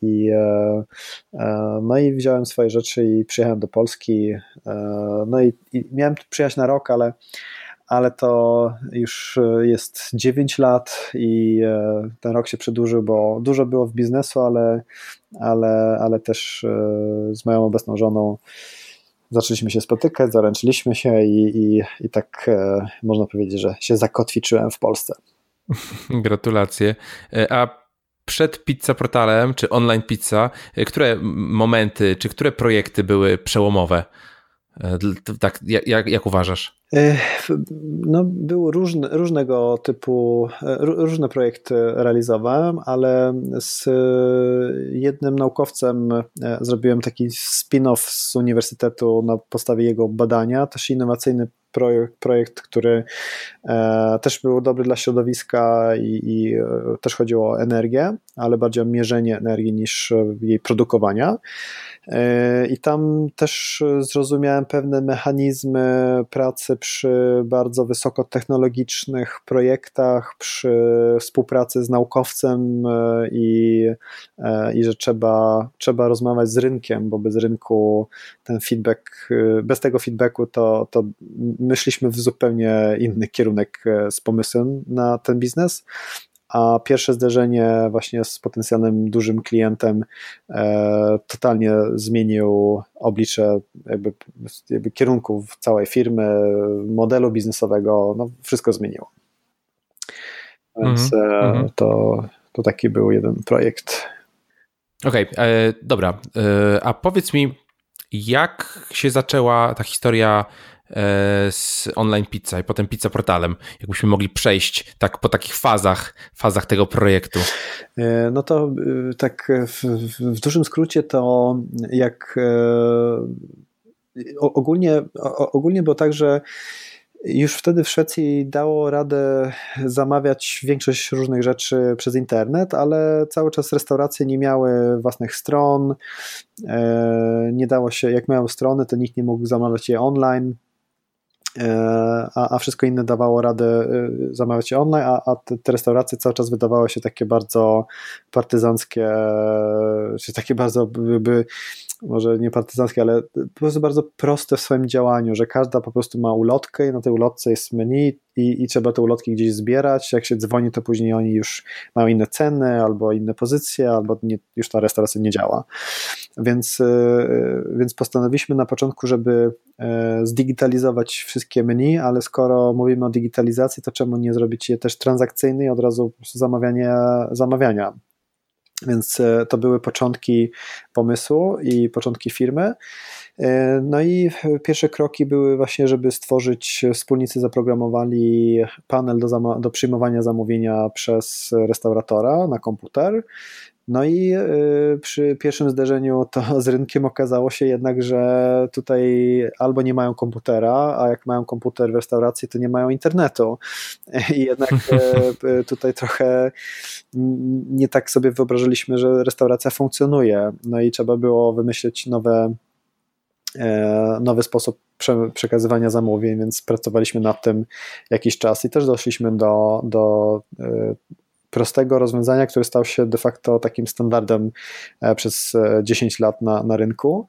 no i wziąłem swoje rzeczy i przyjechałem do Polski. No i miałem przyjechać na rok, ale to już jest 9 lat i ten rok się przedłużył, bo dużo było w biznesu, ale też z moją obecną żoną zaczęliśmy się spotykać, zaręczyliśmy się i tak można powiedzieć, że się zakotwiczyłem w Polsce. Gratulacje. A przed Pizza Portalem, czy Online Pizza, które momenty, czy które projekty były przełomowe? Tak, jak uważasz? No, były różnego typu, różne projekty realizowałem, ale z jednym naukowcem zrobiłem taki spin-off z uniwersytetu na podstawie jego badania, też innowacyjny projekt, który też był dobry dla środowiska i też chodziło o energię, ale bardziej o mierzenie energii niż jej produkowania. I tam też zrozumiałem pewne mechanizmy pracy przy bardzo wysokotechnologicznych projektach, przy współpracy z naukowcem i że trzeba rozmawiać z rynkiem, bo bez rynku ten feedback, bez tego feedbacku to myśleliśmy w zupełnie inny kierunek z pomysłem na ten biznes. A pierwsze zderzenie właśnie z potencjalnym dużym klientem totalnie zmienił oblicze jakby kierunków całej firmy, modelu biznesowego, no wszystko zmieniło. Więc to taki był jeden projekt. Okej, dobra. A powiedz mi, jak się zaczęła ta historia z Online Pizza i potem Pizza Portalem? Jakbyśmy mogli przejść tak po takich fazach tego projektu. No to tak w dużym skrócie to jak ogólnie było tak, że już wtedy w Szwecji dało radę zamawiać większość różnych rzeczy przez internet, ale cały czas restauracje nie miały własnych stron, nie dało się, jak miały strony, to nikt nie mógł zamawiać je online, a wszystko inne dawało radę zamawiać je online, a te restauracje cały czas wydawały się takie bardzo partyzanckie, czy takie bardzo może nie partyzanckie, ale po prostu bardzo proste w swoim działaniu, że każda po prostu ma ulotkę i na tej ulotce jest menu i trzeba te ulotki gdzieś zbierać. Jak się dzwoni, to później oni już mają inne ceny albo inne pozycje, albo już ta restauracja nie działa. Więc postanowiliśmy na początku, żeby zdigitalizować wszystkie menu, ale skoro mówimy o digitalizacji, to czemu nie zrobić je też transakcyjne i od razu po prostu zamawiania. Więc to były początki pomysłu i początki firmy. No i pierwsze kroki były właśnie, żeby stworzyć, wspólnicy zaprogramowali panel do przyjmowania zamówienia przez restauratora na komputer. No i przy pierwszym zderzeniu to z rynkiem okazało się jednak, że tutaj albo nie mają komputera, a jak mają komputer w restauracji, to nie mają internetu. I jednak tutaj trochę nie tak sobie wyobrażaliśmy, że restauracja funkcjonuje. No i trzeba było wymyślić nowy sposób przekazywania zamówień, więc pracowaliśmy nad tym jakiś czas i też doszliśmy do prostego rozwiązania, które stał się de facto takim standardem przez 10 lat na rynku.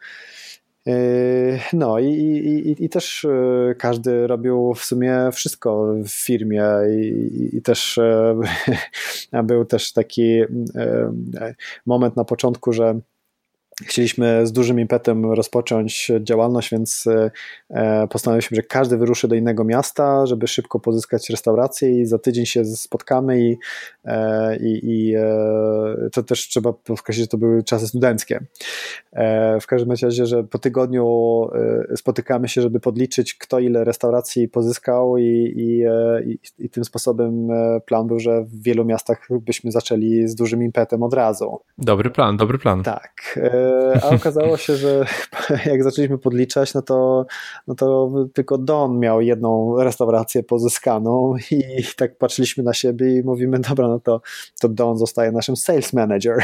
No i też każdy robił w sumie wszystko w firmie i też był też taki moment na początku, że chcieliśmy z dużym impetem rozpocząć działalność, więc postanowiliśmy, że każdy wyruszy do innego miasta, żeby szybko pozyskać restaurację i za tydzień się spotkamy i to też trzeba podkreślić, że to były czasy studenckie. W każdym razie, że po tygodniu spotykamy się, żeby podliczyć, kto ile restauracji pozyskał i tym sposobem plan był, że w wielu miastach byśmy zaczęli z dużym impetem od razu. Dobry plan. Tak. A okazało się, że jak zaczęliśmy podliczać, no to tylko Don miał jedną restaurację pozyskaną i tak patrzyliśmy na siebie i mówimy, dobra, no to Don zostaje naszym sales manager.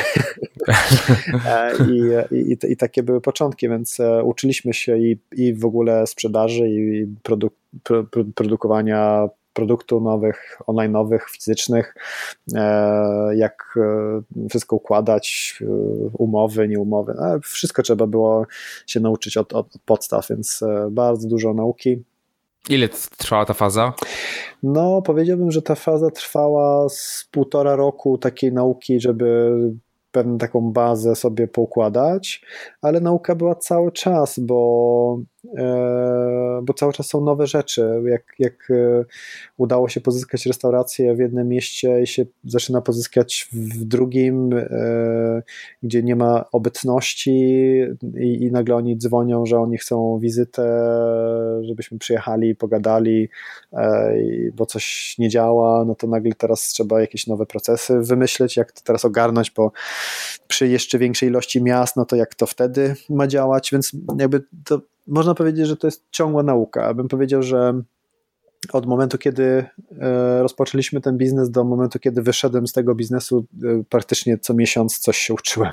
I takie były początki, więc uczyliśmy się i w ogóle sprzedaży i produkowania produktu nowych, online'owych, fizycznych, jak wszystko układać, umowy, nie umowy. Wszystko trzeba było się nauczyć od podstaw, więc bardzo dużo nauki. Ile trwała ta faza? No, powiedziałbym, że ta faza trwała z 1,5 roku takiej nauki, żeby pewną taką bazę sobie poukładać, ale nauka była cały czas, bo bo cały czas są nowe rzeczy. Jak udało się pozyskać restaurację w jednym mieście i się zaczyna pozyskać w drugim, gdzie nie ma obecności i nagle oni dzwonią, że oni chcą wizytę, żebyśmy przyjechali i pogadali, bo coś nie działa, no to nagle teraz trzeba jakieś nowe procesy wymyśleć, jak to teraz ogarnąć, bo przy jeszcze większej ilości miast, no to jak to wtedy ma działać, więc jakby to można powiedzieć, że to jest ciągła nauka. Ja bym powiedział, że od momentu, kiedy rozpoczęliśmy ten biznes do momentu, kiedy wyszedłem z tego biznesu, praktycznie co miesiąc coś się uczyłem.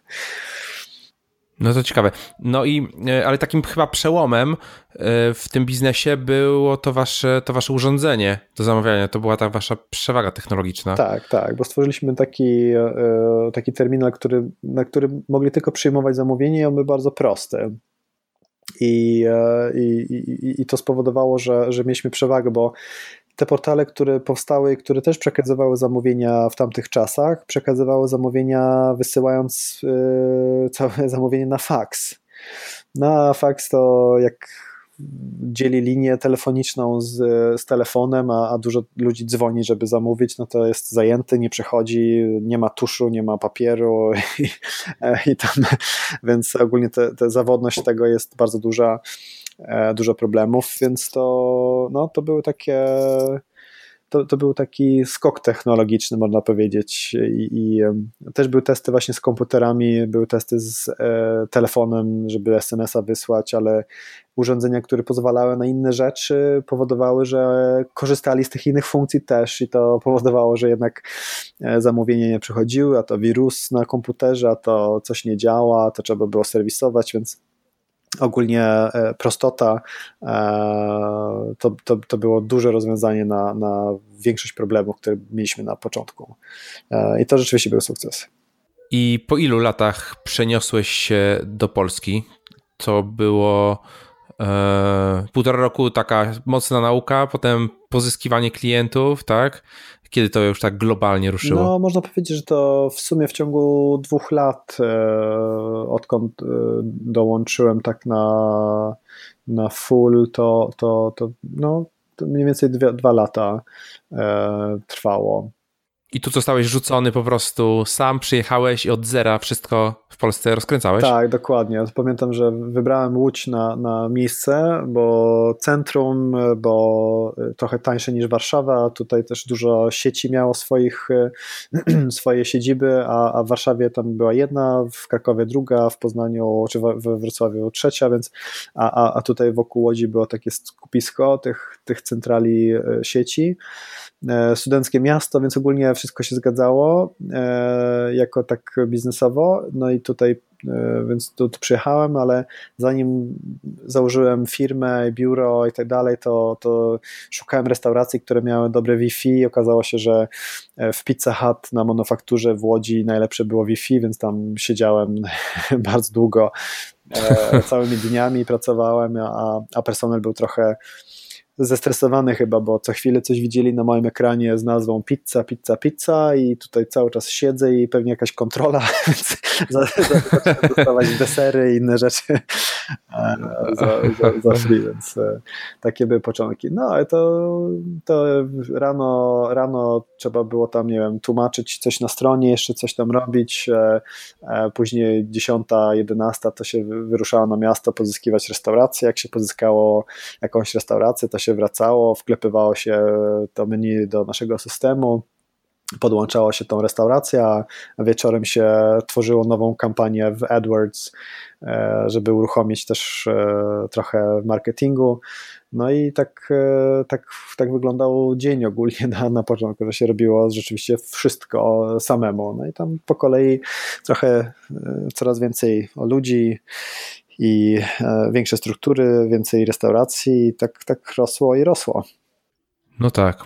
No to ciekawe. No i, ale takim chyba przełomem w tym biznesie było to wasze urządzenie do zamawiania. To była ta wasza przewaga technologiczna. Tak, bo stworzyliśmy taki terminal, na który mogli tylko przyjmować zamówienie i on był bardzo prosty. I to spowodowało, że mieliśmy przewagę, bo te portale, które powstały i które też przekazywały zamówienia w tamtych czasach, przekazywały zamówienia wysyłając całe zamówienie na faks. Na faks to jak dzieli linię telefoniczną z telefonem, a dużo ludzi dzwoni, żeby zamówić, no to jest zajęty, nie przychodzi, nie ma tuszu, nie ma papieru i tam, więc ogólnie ta zawodność tego jest bardzo duża, dużo problemów, więc to były takie... To był taki skok technologiczny, można powiedzieć, i też były testy właśnie z komputerami, były testy z telefonem, żeby SMS-a wysłać, ale urządzenia, które pozwalały na inne rzeczy, powodowały, że korzystali z tych innych funkcji też i to powodowało, że jednak zamówienia nie przychodziły, a to wirus na komputerze, a to coś nie działa, to trzeba było serwisować, więc ogólnie prostota to było duże rozwiązanie na większość problemów, które mieliśmy na początku. I to rzeczywiście był sukces. I po ilu latach przeniosłeś się do Polski? To było 1,5 roku taka mocna nauka, potem pozyskiwanie klientów, tak? Kiedy to już tak globalnie ruszyło? No, można powiedzieć, że to w sumie w ciągu 2 lat, odkąd dołączyłem tak na full, to mniej więcej 2 lata trwało. I tu zostałeś rzucony po prostu sam, przyjechałeś i od zera wszystko w Polsce rozkręcałeś? Tak, dokładnie. Pamiętam, że wybrałem Łódź na miejsce, bo centrum, bo trochę tańsze niż Warszawa. Tutaj też dużo sieci miało swoje siedziby, a w Warszawie tam była jedna, w Krakowie druga, w Poznaniu czy we Wrocławiu trzecia, więc a tutaj wokół Łodzi było takie skupisko tych centrali sieci. Studenckie miasto, więc ogólnie wszystko się zgadzało jako tak biznesowo, no i tutaj więc tu przyjechałem, ale zanim założyłem firmę, biuro i tak dalej, to szukałem restauracji, które miały dobre Wi-Fi i okazało się, że w Pizza Hut na Manufakturze w Łodzi najlepsze było Wi-Fi, więc tam siedziałem bardzo długo, całymi dniami pracowałem, a personel był trochę zestresowany chyba, bo co chwilę coś widzieli na moim ekranie z nazwą pizza i tutaj cały czas siedzę i pewnie jakaś kontrola, więc zacząłem dostawać desery i inne rzeczy za free, więc takie były początki. No ale to rano trzeba było tam, nie wiem, tłumaczyć coś na stronie, jeszcze coś tam robić, później 10, 11 to się wyruszało na miasto pozyskiwać restaurację, jak się pozyskało jakąś restaurację, to się wracało, wklepywało się to menu do naszego systemu, podłączało się tą restaurację, a wieczorem się tworzyło nową kampanię w AdWords, żeby uruchomić też trochę marketingu. No i tak wyglądał dzień ogólnie na początku, że się robiło rzeczywiście wszystko samemu. No i tam po kolei trochę coraz więcej ludzi i większe struktury, więcej restauracji i tak rosło i rosło. No tak.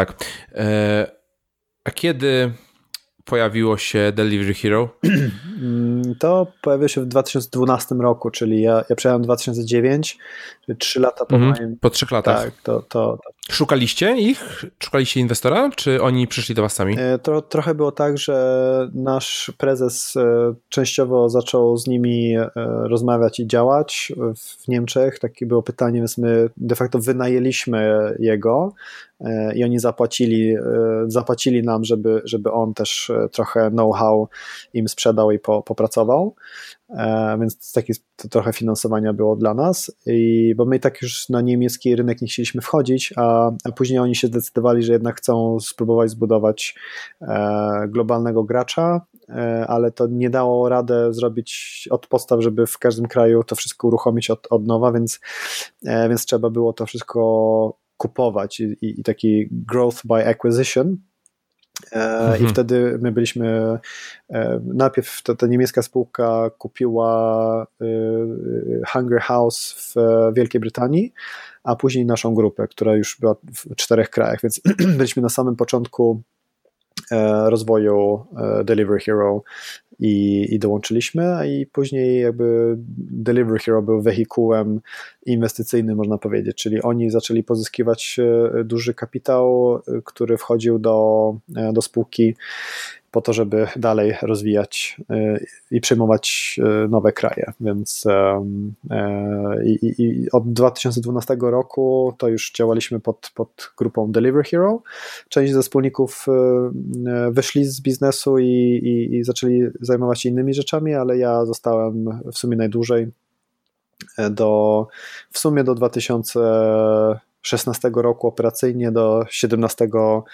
A kiedy pojawiło się Delivery Hero? To pojawiło się w 2012 roku, czyli ja przyjechałem w 2009, czyli 3 lata po moim... Po 3 latach. Tak, to Szukaliście ich? Szukaliście inwestora, czy oni przyszli do was sami? Trochę było tak, że nasz prezes częściowo zaczął z nimi rozmawiać i działać w Niemczech. Takie było pytanie, więc my de facto wynajęliśmy jego i oni zapłacili nam, żeby on też trochę know-how im sprzedał i popracował. Więc takie trochę finansowania było dla nas, bo my i tak już na niemiecki rynek nie chcieliśmy wchodzić, a później oni się zdecydowali, że jednak chcą spróbować zbudować globalnego gracza, ale to nie dało radę zrobić od podstaw, żeby w każdym kraju to wszystko uruchomić od nowa, więc trzeba było to wszystko kupować i taki growth by acquisition. I wtedy my byliśmy, najpierw ta niemiecka spółka kupiła Hunger House w Wielkiej Brytanii, a później naszą grupę, która już była w 4 krajach, więc byliśmy na samym początku rozwoju Delivery Hero i dołączyliśmy, i później jakby Delivery Hero był wehikułem inwestycyjnym, można powiedzieć, czyli oni zaczęli pozyskiwać duży kapitał, który wchodził do spółki po to, żeby dalej rozwijać i przyjmować nowe kraje, więc od 2012 roku to już działaliśmy pod grupą Delivery Hero. Część ze wspólników wyszli z biznesu i zaczęli zajmować się innymi rzeczami, ale ja zostałem w sumie najdłużej w sumie do 2016 roku operacyjnie, do 2017,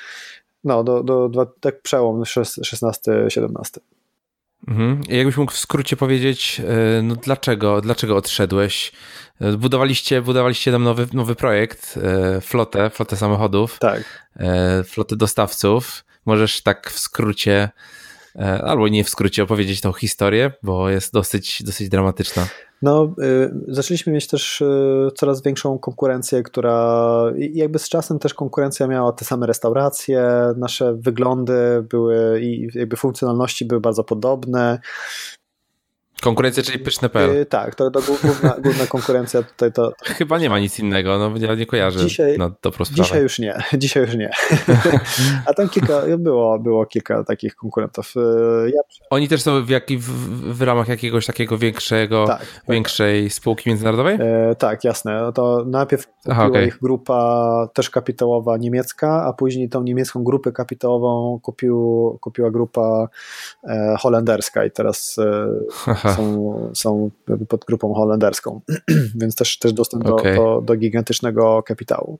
tak przełom 16-17. Jakbyś mógł w skrócie powiedzieć, no dlaczego odszedłeś? Budowaliście tam nowy projekt, flotę samochodów, tak. Flotę dostawców. Możesz tak w skrócie, albo nie w skrócie, opowiedzieć tą historię, bo jest dosyć dramatyczna. No, zaczęliśmy mieć też coraz większą konkurencję, która jakby z czasem też konkurencja miała te same restauracje, nasze wyglądy były i jakby funkcjonalności były bardzo podobne. Konkurencja, czyli pyszne.pl. Tak, to główna konkurencja tutaj to... Chyba nie ma nic innego, no ja nie kojarzę na dobrą sprawę. Dzisiaj już nie. A tam było kilka takich konkurentów. Oni też są w ramach jakiegoś takiego większej spółki międzynarodowej? Tak, jasne. No to najpierw kupiła ich grupa też kapitałowa niemiecka, a później tą niemiecką grupę kapitałową kupiła grupa holenderska i teraz są pod grupą holenderską, więc też dostęp do gigantycznego kapitału.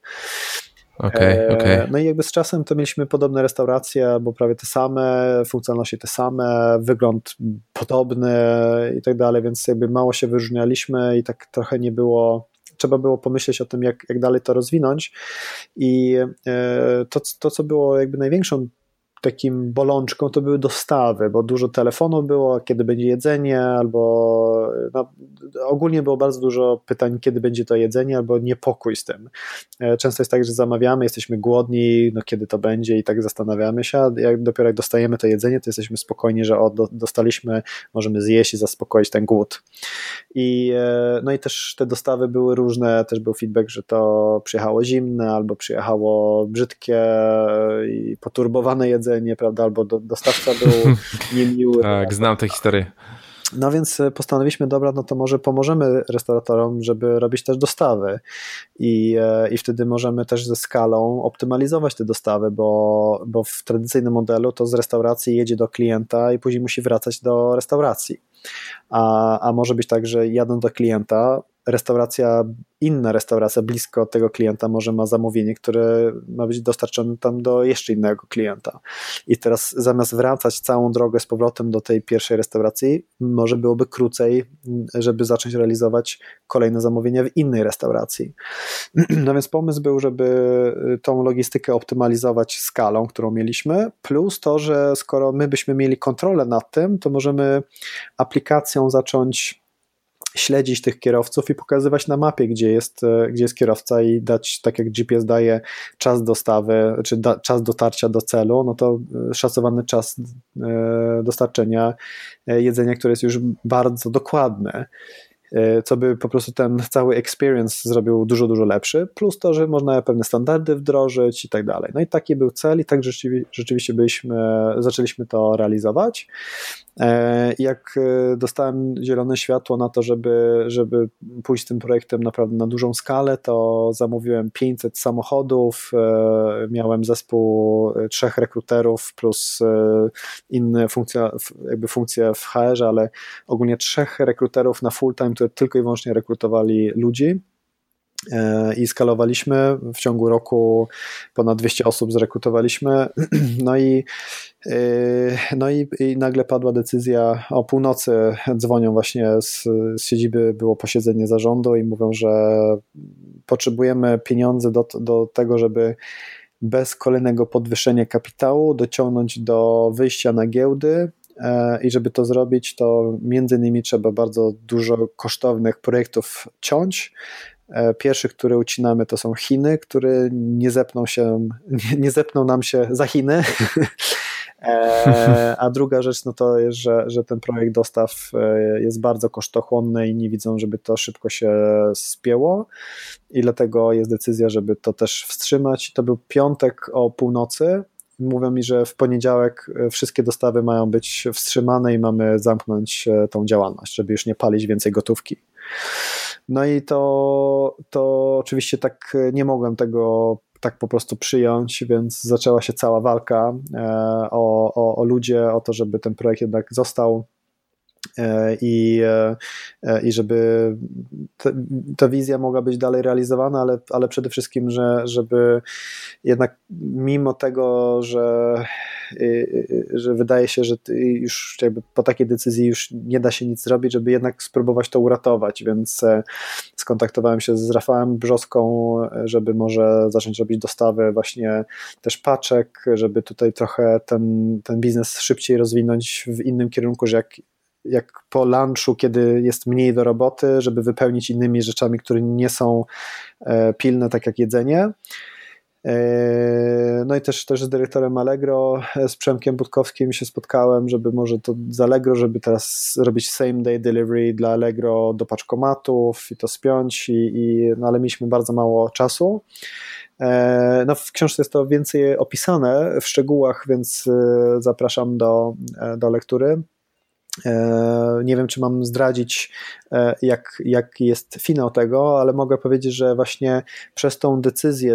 No i jakby z czasem to mieliśmy podobne restauracje, bo prawie te same, funkcjonalności te same, wygląd podobny i tak dalej, więc jakby mało się wyróżnialiśmy i tak trochę nie było, trzeba było pomyśleć o tym, jak dalej to rozwinąć, i to co było jakby największą takim bolączką, to były dostawy, bo dużo telefonów było, kiedy będzie jedzenie, albo ogólnie było bardzo dużo pytań, kiedy będzie to jedzenie, albo niepokój z tym. Często jest tak, że zamawiamy, jesteśmy głodni, kiedy to będzie, i tak zastanawiamy się, a dopiero jak dostajemy to jedzenie, to jesteśmy spokojni, że dostaliśmy, możemy zjeść i zaspokoić ten głód. I też te dostawy były różne, też był feedback, że to przyjechało zimne, albo przyjechało brzydkie i poturbowane jedzenie, prawda, albo dostawca był niemiły. Tak, znam tę historię. No więc postanowiliśmy, dobra, no to może pomożemy restauratorom, żeby robić też dostawy i wtedy możemy też ze skalą optymalizować te dostawy, bo w tradycyjnym modelu to z restauracji jedzie do klienta i później musi wracać do restauracji. A może być tak, że jadąc do klienta, inna restauracja blisko tego klienta może ma zamówienie, które ma być dostarczone tam do jeszcze innego klienta. I teraz zamiast wracać całą drogę z powrotem do tej pierwszej restauracji, może byłoby krócej, żeby zacząć realizować kolejne zamówienia w innej restauracji. No więc pomysł był, żeby tą logistykę optymalizować skalą, którą mieliśmy, plus to, że skoro my byśmy mieli kontrolę nad tym, to możemy aplikacją zacząć śledzić tych kierowców i pokazywać na mapie, gdzie jest kierowca, i dać, tak jak GPS daje czas dostawy, czy czas dotarcia do celu, no to szacowany czas dostarczenia jedzenia, które jest już bardzo dokładne. co by po prostu ten cały experience zrobił dużo, dużo lepszy, plus to, że można pewne standardy wdrożyć i tak dalej. No i taki był cel i tak rzeczywiście zaczęliśmy to realizować. Jak dostałem zielone światło na to, żeby pójść z tym projektem naprawdę na dużą skalę, to zamówiłem 500 samochodów, miałem zespół 3 rekruterów plus inne funkcje w HR, ale ogólnie 3 rekruterów na full time, które tylko i wyłącznie rekrutowali ludzi. I skalowaliśmy. W ciągu roku ponad 200 osób zrekrutowaliśmy. No i nagle padła decyzja o północy. Dzwonią właśnie z siedziby, było posiedzenie zarządu i mówią, że potrzebujemy pieniędzy do tego, żeby bez kolejnego podwyższenia kapitału dociągnąć do wyjścia na giełdy. I żeby to zrobić, to między innymi trzeba bardzo dużo kosztownych projektów ciąć. Pierwszy, który ucinamy, to są Chiny, które nie zepną nam się za Chiny. A druga rzecz no to jest, że ten projekt dostaw jest bardzo kosztochłonny i nie widzą, żeby to szybko się spięło i dlatego jest decyzja, żeby to też wstrzymać. To był piątek o północy. Mówią mi, że w poniedziałek wszystkie dostawy mają być wstrzymane i mamy zamknąć tą działalność, żeby już nie palić więcej gotówki. No i to oczywiście tak nie mogłem tego tak po prostu przyjąć, więc zaczęła się cała walka o ludzie, o to, żeby ten projekt jednak został i żeby ta wizja mogła być dalej realizowana, ale przede wszystkim, żeby jednak mimo tego, że wydaje się, że już jakby po takiej decyzji już nie da się nic zrobić, żeby jednak spróbować to uratować, więc skontaktowałem się z Rafałem Brzoską, żeby może zacząć robić dostawy właśnie też paczek, żeby tutaj trochę ten biznes szybciej rozwinąć w innym kierunku, że jak po lunchu, kiedy jest mniej do roboty, żeby wypełnić innymi rzeczami, które nie są pilne, tak jak jedzenie. No i też z dyrektorem Allegro, z Przemkiem Budkowskim się spotkałem, żeby może to z Allegro, żeby teraz robić same day delivery dla Allegro do paczkomatów i to spiąć, no ale mieliśmy bardzo mało czasu. No w książce jest to więcej opisane w szczegółach, więc zapraszam do lektury. Nie wiem, czy mam zdradzić, jak jest finał tego, ale mogę powiedzieć, że właśnie przez tą decyzję,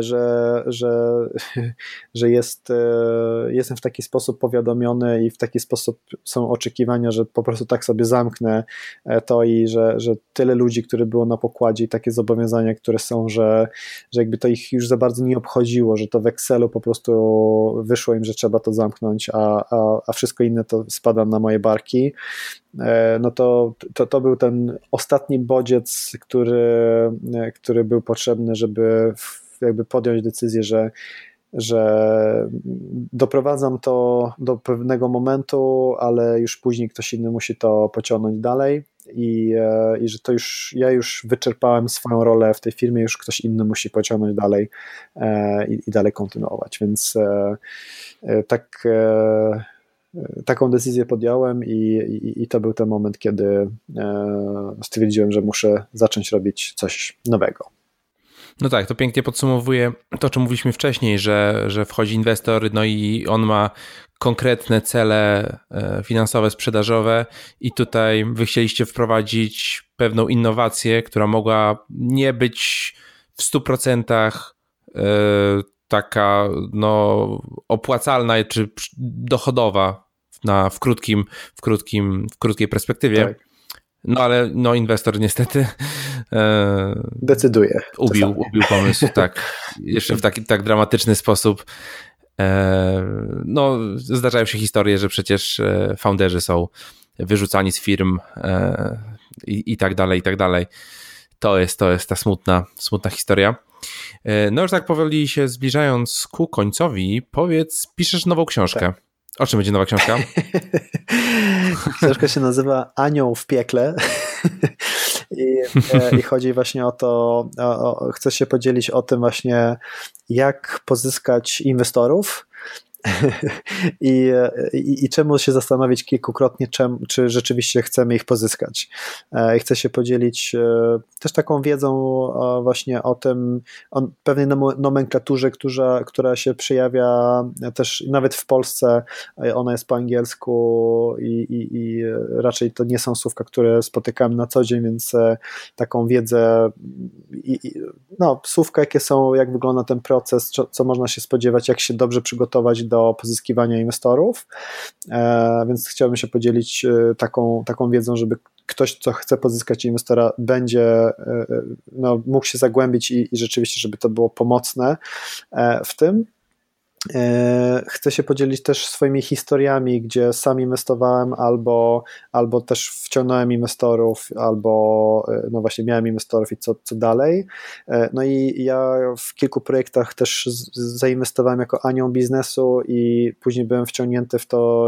że jestem w taki sposób powiadomiony i w taki sposób są oczekiwania, że po prostu tak sobie zamknę to i że tyle ludzi, które było na pokładzie i takie zobowiązania, które są, że jakby to ich już za bardzo nie obchodziło, że to w Excelu po prostu wyszło im, że trzeba to zamknąć, a wszystko inne to spada na moje barki. No to był ten ostatni bodziec, który był potrzebny, żeby jakby podjąć decyzję, że doprowadzam to do pewnego momentu, ale już później ktoś inny musi to pociągnąć dalej i że to ja już wyczerpałem swoją rolę w tej firmie, już ktoś inny musi pociągnąć dalej i dalej kontynuować, więc taką decyzję podjąłem i to był ten moment, kiedy stwierdziłem, że muszę zacząć robić coś nowego. No tak, to pięknie podsumowuje to, o czym mówiliśmy wcześniej, że wchodzi inwestor, no i on ma konkretne cele finansowe, sprzedażowe i tutaj wy chcieliście wprowadzić pewną innowację, która mogła nie być w 100% taka opłacalna czy dochodowa w krótkiej perspektywie. Tak. No ale inwestor niestety decyduje. Ubił pomysł, tak. Jeszcze w taki tak dramatyczny sposób. Zdarzają się historie, że przecież founderzy są wyrzucani z firm i tak dalej, i tak dalej. To jest ta smutna historia. No już tak powoli się zbliżając ku końcowi, powiedz, piszesz nową książkę. Tak. O czym będzie nowa książka? Książka się nazywa Anioł w piekle i chodzi właśnie o to, chcę się podzielić o tym właśnie, jak pozyskać inwestorów I czemu się zastanowić kilkukrotnie, czy rzeczywiście chcemy ich pozyskać. Chcę się podzielić też taką wiedzą właśnie o tym, o pewnej nomenklaturze, która się przejawia też nawet w Polsce. Ona jest po angielsku i raczej to nie są słówka, które spotykam na co dzień, więc taką wiedzę no, słówka, jakie są, jak wygląda ten proces, co można się spodziewać, jak się dobrze przygotować do pozyskiwania inwestorów, więc chciałbym się podzielić taką wiedzą, żeby ktoś, kto chce pozyskać inwestora, będzie mógł się zagłębić i rzeczywiście, żeby to było pomocne w tym. Chcę się podzielić też swoimi historiami, gdzie sam inwestowałem albo też wciągnąłem inwestorów, albo no właśnie miałem inwestorów i co dalej. No i ja w kilku projektach też zainwestowałem jako anioł biznesu i później byłem wciągnięty w to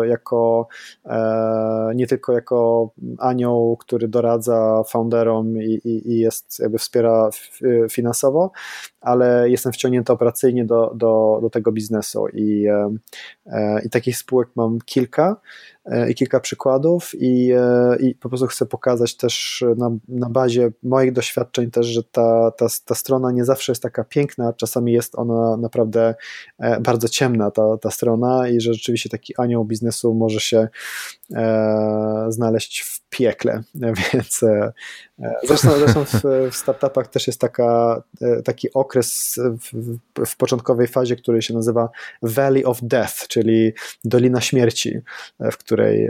nie tylko jako anioł, który doradza founderom i jest jakby wspiera finansowo, ale jestem wciągnięty operacyjnie do tego biznesu i takich spółek mam kilka przykładów i po prostu chcę pokazać też na bazie moich doświadczeń też, że ta strona nie zawsze jest taka piękna, czasami jest ona naprawdę bardzo ciemna, ta strona, i że rzeczywiście taki anioł biznesu może się znaleźć w piekle, więc zresztą w startupach też jest taki okres w początkowej fazie, który się nazywa Valley of Death, czyli Dolina Śmierci, w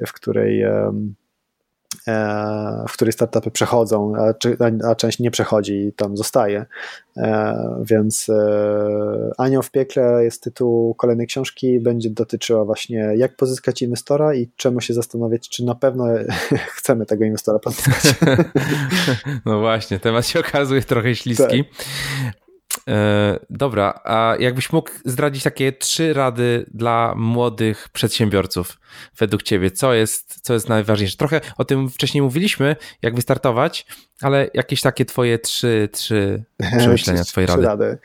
której startupy przechodzą, a część nie przechodzi i tam zostaje. Więc Anioł w piekle jest tytuł kolejnej książki, będzie dotyczyła właśnie jak pozyskać inwestora i czemu się zastanawiać, czy na pewno chcemy tego inwestora pozyskać. No właśnie, temat się okazuje trochę śliski. Tak. Dobra, a jakbyś mógł zdradzić takie 3 rady dla młodych przedsiębiorców według ciebie? Co jest najważniejsze? Trochę o tym wcześniej mówiliśmy, jak wystartować, ale jakieś takie twoje 3 przemyślenia, twoje rady. 3 rady.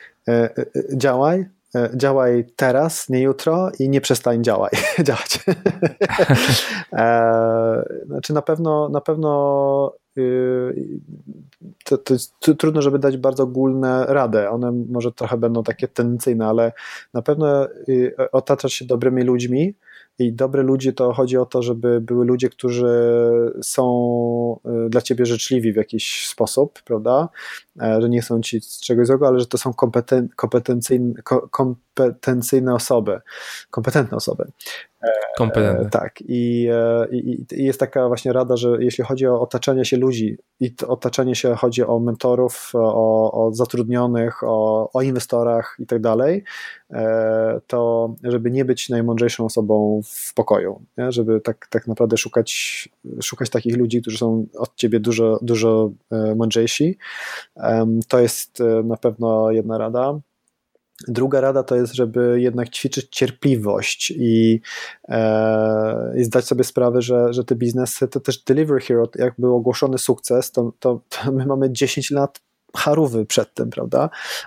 Działaj teraz, nie jutro i nie przestań działać. Znaczy na pewno to jest trudno, żeby dać bardzo ogólne rady. One może trochę będą takie tendencyjne, ale na pewno otaczać się dobrymi ludźmi. I dobre ludzie, to chodzi o to, żeby były ludzie, którzy są dla ciebie życzliwi w jakiś sposób, prawda? Że nie chcą ci czegoś złego, ale że to są kompetencyjne osoby, kompetentne osoby. Kompetentne. Tak. I jest taka właśnie rada, że jeśli chodzi o otaczanie się ludzi i to otaczanie się chodzi o mentorów, o zatrudnionych, o inwestorach i tak dalej, to żeby nie być najmądrzejszą osobą w pokoju, nie? Żeby tak naprawdę szukać takich ludzi, którzy są od ciebie dużo mądrzejsi. To jest na pewno jedna rada. Druga rada to jest, żeby jednak ćwiczyć cierpliwość i zdać sobie sprawę, że te biznesy, to też Delivery Hero, jak był ogłoszony sukces, to my mamy 10 lat charówy przed tym, prawda?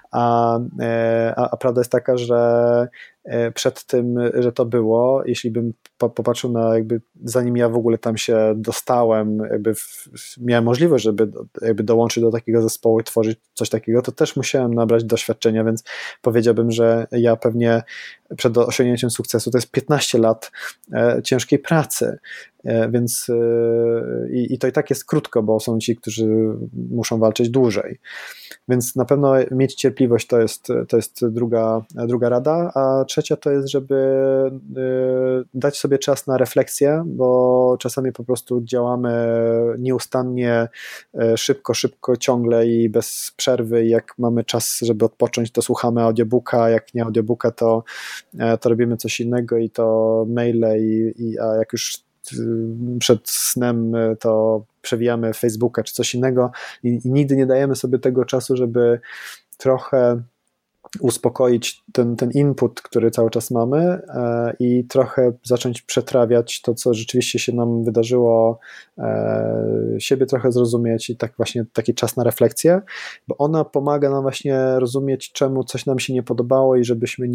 A prawda jest taka, że przed tym, że to było, jeśli bym popatrzył na jakby zanim ja w ogóle tam się dostałem, miałem możliwość, żeby dołączyć do takiego zespołu i tworzyć coś takiego, to też musiałem nabrać doświadczenia, więc powiedziałbym, że ja pewnie przed osiągnięciem sukcesu to jest 15 lat ciężkiej pracy, więc i to i tak jest krótko, bo są ci, którzy muszą walczyć dłużej. Więc na pewno mieć cierpliwość to jest druga rada, a trzecia to jest, żeby dać sobie czas na refleksję, bo czasami po prostu działamy nieustannie, szybko, ciągle i bez przerwy. Jak mamy czas, żeby odpocząć, to słuchamy audiobooka, jak nie audiobooka, to robimy coś innego i to maile, a jak już przed snem to przewijamy Facebooka czy coś innego i nigdy nie dajemy sobie tego czasu, żeby trochę uspokoić ten input, który cały czas mamy i trochę zacząć przetrawiać to, co rzeczywiście się nam wydarzyło, siebie trochę zrozumieć i tak właśnie taki czas na refleksję, bo ona pomaga nam właśnie rozumieć, czemu coś nam się nie podobało i żebyśmy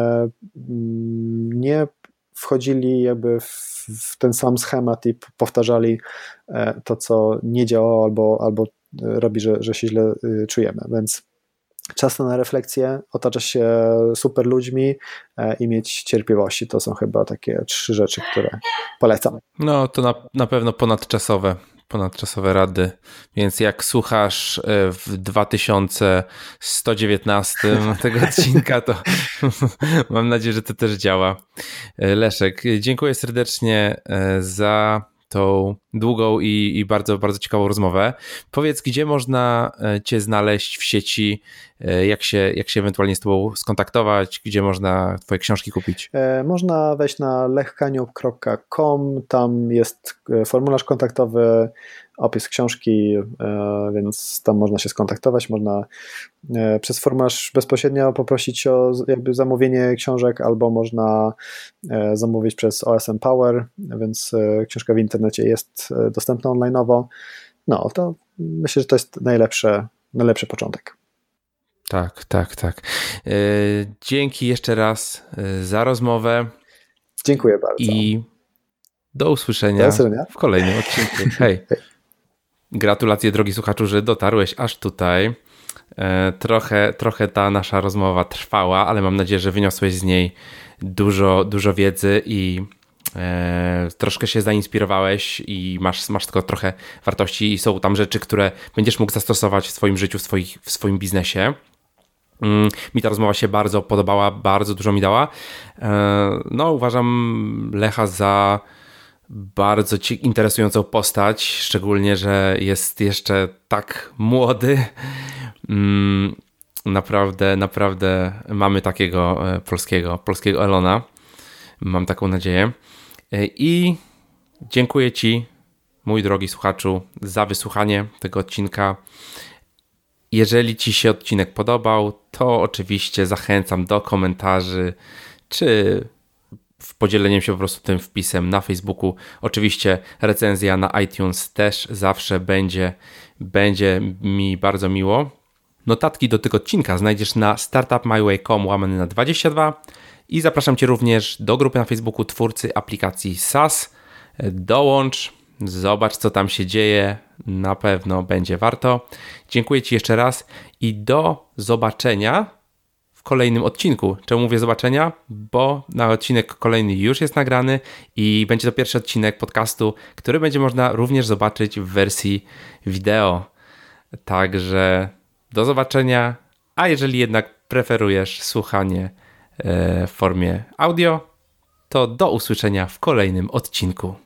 nie wchodzili jakby w ten sam schemat i powtarzali to, co nie działało albo robi, że się źle czujemy, więc czas na refleksję, otaczać się super ludźmi i mieć cierpliwości. To są chyba takie 3 rzeczy, które polecam. No to na pewno ponadczasowe rady, więc jak słuchasz w 2119 tego odcinka, to mam nadzieję, że to też działa. Leszek, dziękuję serdecznie za tą długą i bardzo, bardzo ciekawą rozmowę. Powiedz, gdzie można cię znaleźć w sieci, jak się ewentualnie z tobą skontaktować, gdzie można twoje książki kupić? Można wejść na lechkaniuk.com, tam jest formularz kontaktowy, opis książki, więc tam można się skontaktować, można przez formularz bezpośrednio poprosić o jakby zamówienie książek, albo można zamówić przez OSM Power, więc książka w internecie jest dostępna online'owo. No, to myślę, że to jest najlepszy początek. Tak. Dzięki jeszcze raz za rozmowę. Dziękuję bardzo. I do usłyszenia w kolejnym odcinku. Hej. Gratulacje, drogi słuchaczu, że dotarłeś aż tutaj. Trochę ta nasza rozmowa trwała, ale mam nadzieję, że wyniosłeś z niej dużo wiedzy i troszkę się zainspirowałeś i masz tylko trochę wartości i są tam rzeczy, które będziesz mógł zastosować w swoim życiu, w swoim biznesie. Mi ta rozmowa się bardzo podobała, bardzo dużo mi dała. No, uważam Lecha za bardzo interesującą postać, szczególnie, że jest jeszcze tak młody. Naprawdę mamy takiego polskiego Elona. Mam taką nadzieję. I dziękuję Ci, mój drogi słuchaczu, za wysłuchanie tego odcinka. Jeżeli Ci się odcinek podobał, to oczywiście zachęcam do komentarzy, czy w podzieleniem się po prostu tym wpisem na Facebooku. Oczywiście recenzja na iTunes też zawsze będzie mi bardzo miło. Notatki do tego odcinka znajdziesz na startupmyway.com/22 i zapraszam Cię również do grupy na Facebooku twórcy aplikacji SaaS. Dołącz, zobacz co tam się dzieje, na pewno będzie warto. Dziękuję Ci jeszcze raz i do zobaczenia w kolejnym odcinku. Czemu mówię zobaczenia? Bo na odcinek kolejny już jest nagrany i będzie to pierwszy odcinek podcastu, który będzie można również zobaczyć w wersji wideo. Także do zobaczenia, a jeżeli jednak preferujesz słuchanie w formie audio, to do usłyszenia w kolejnym odcinku.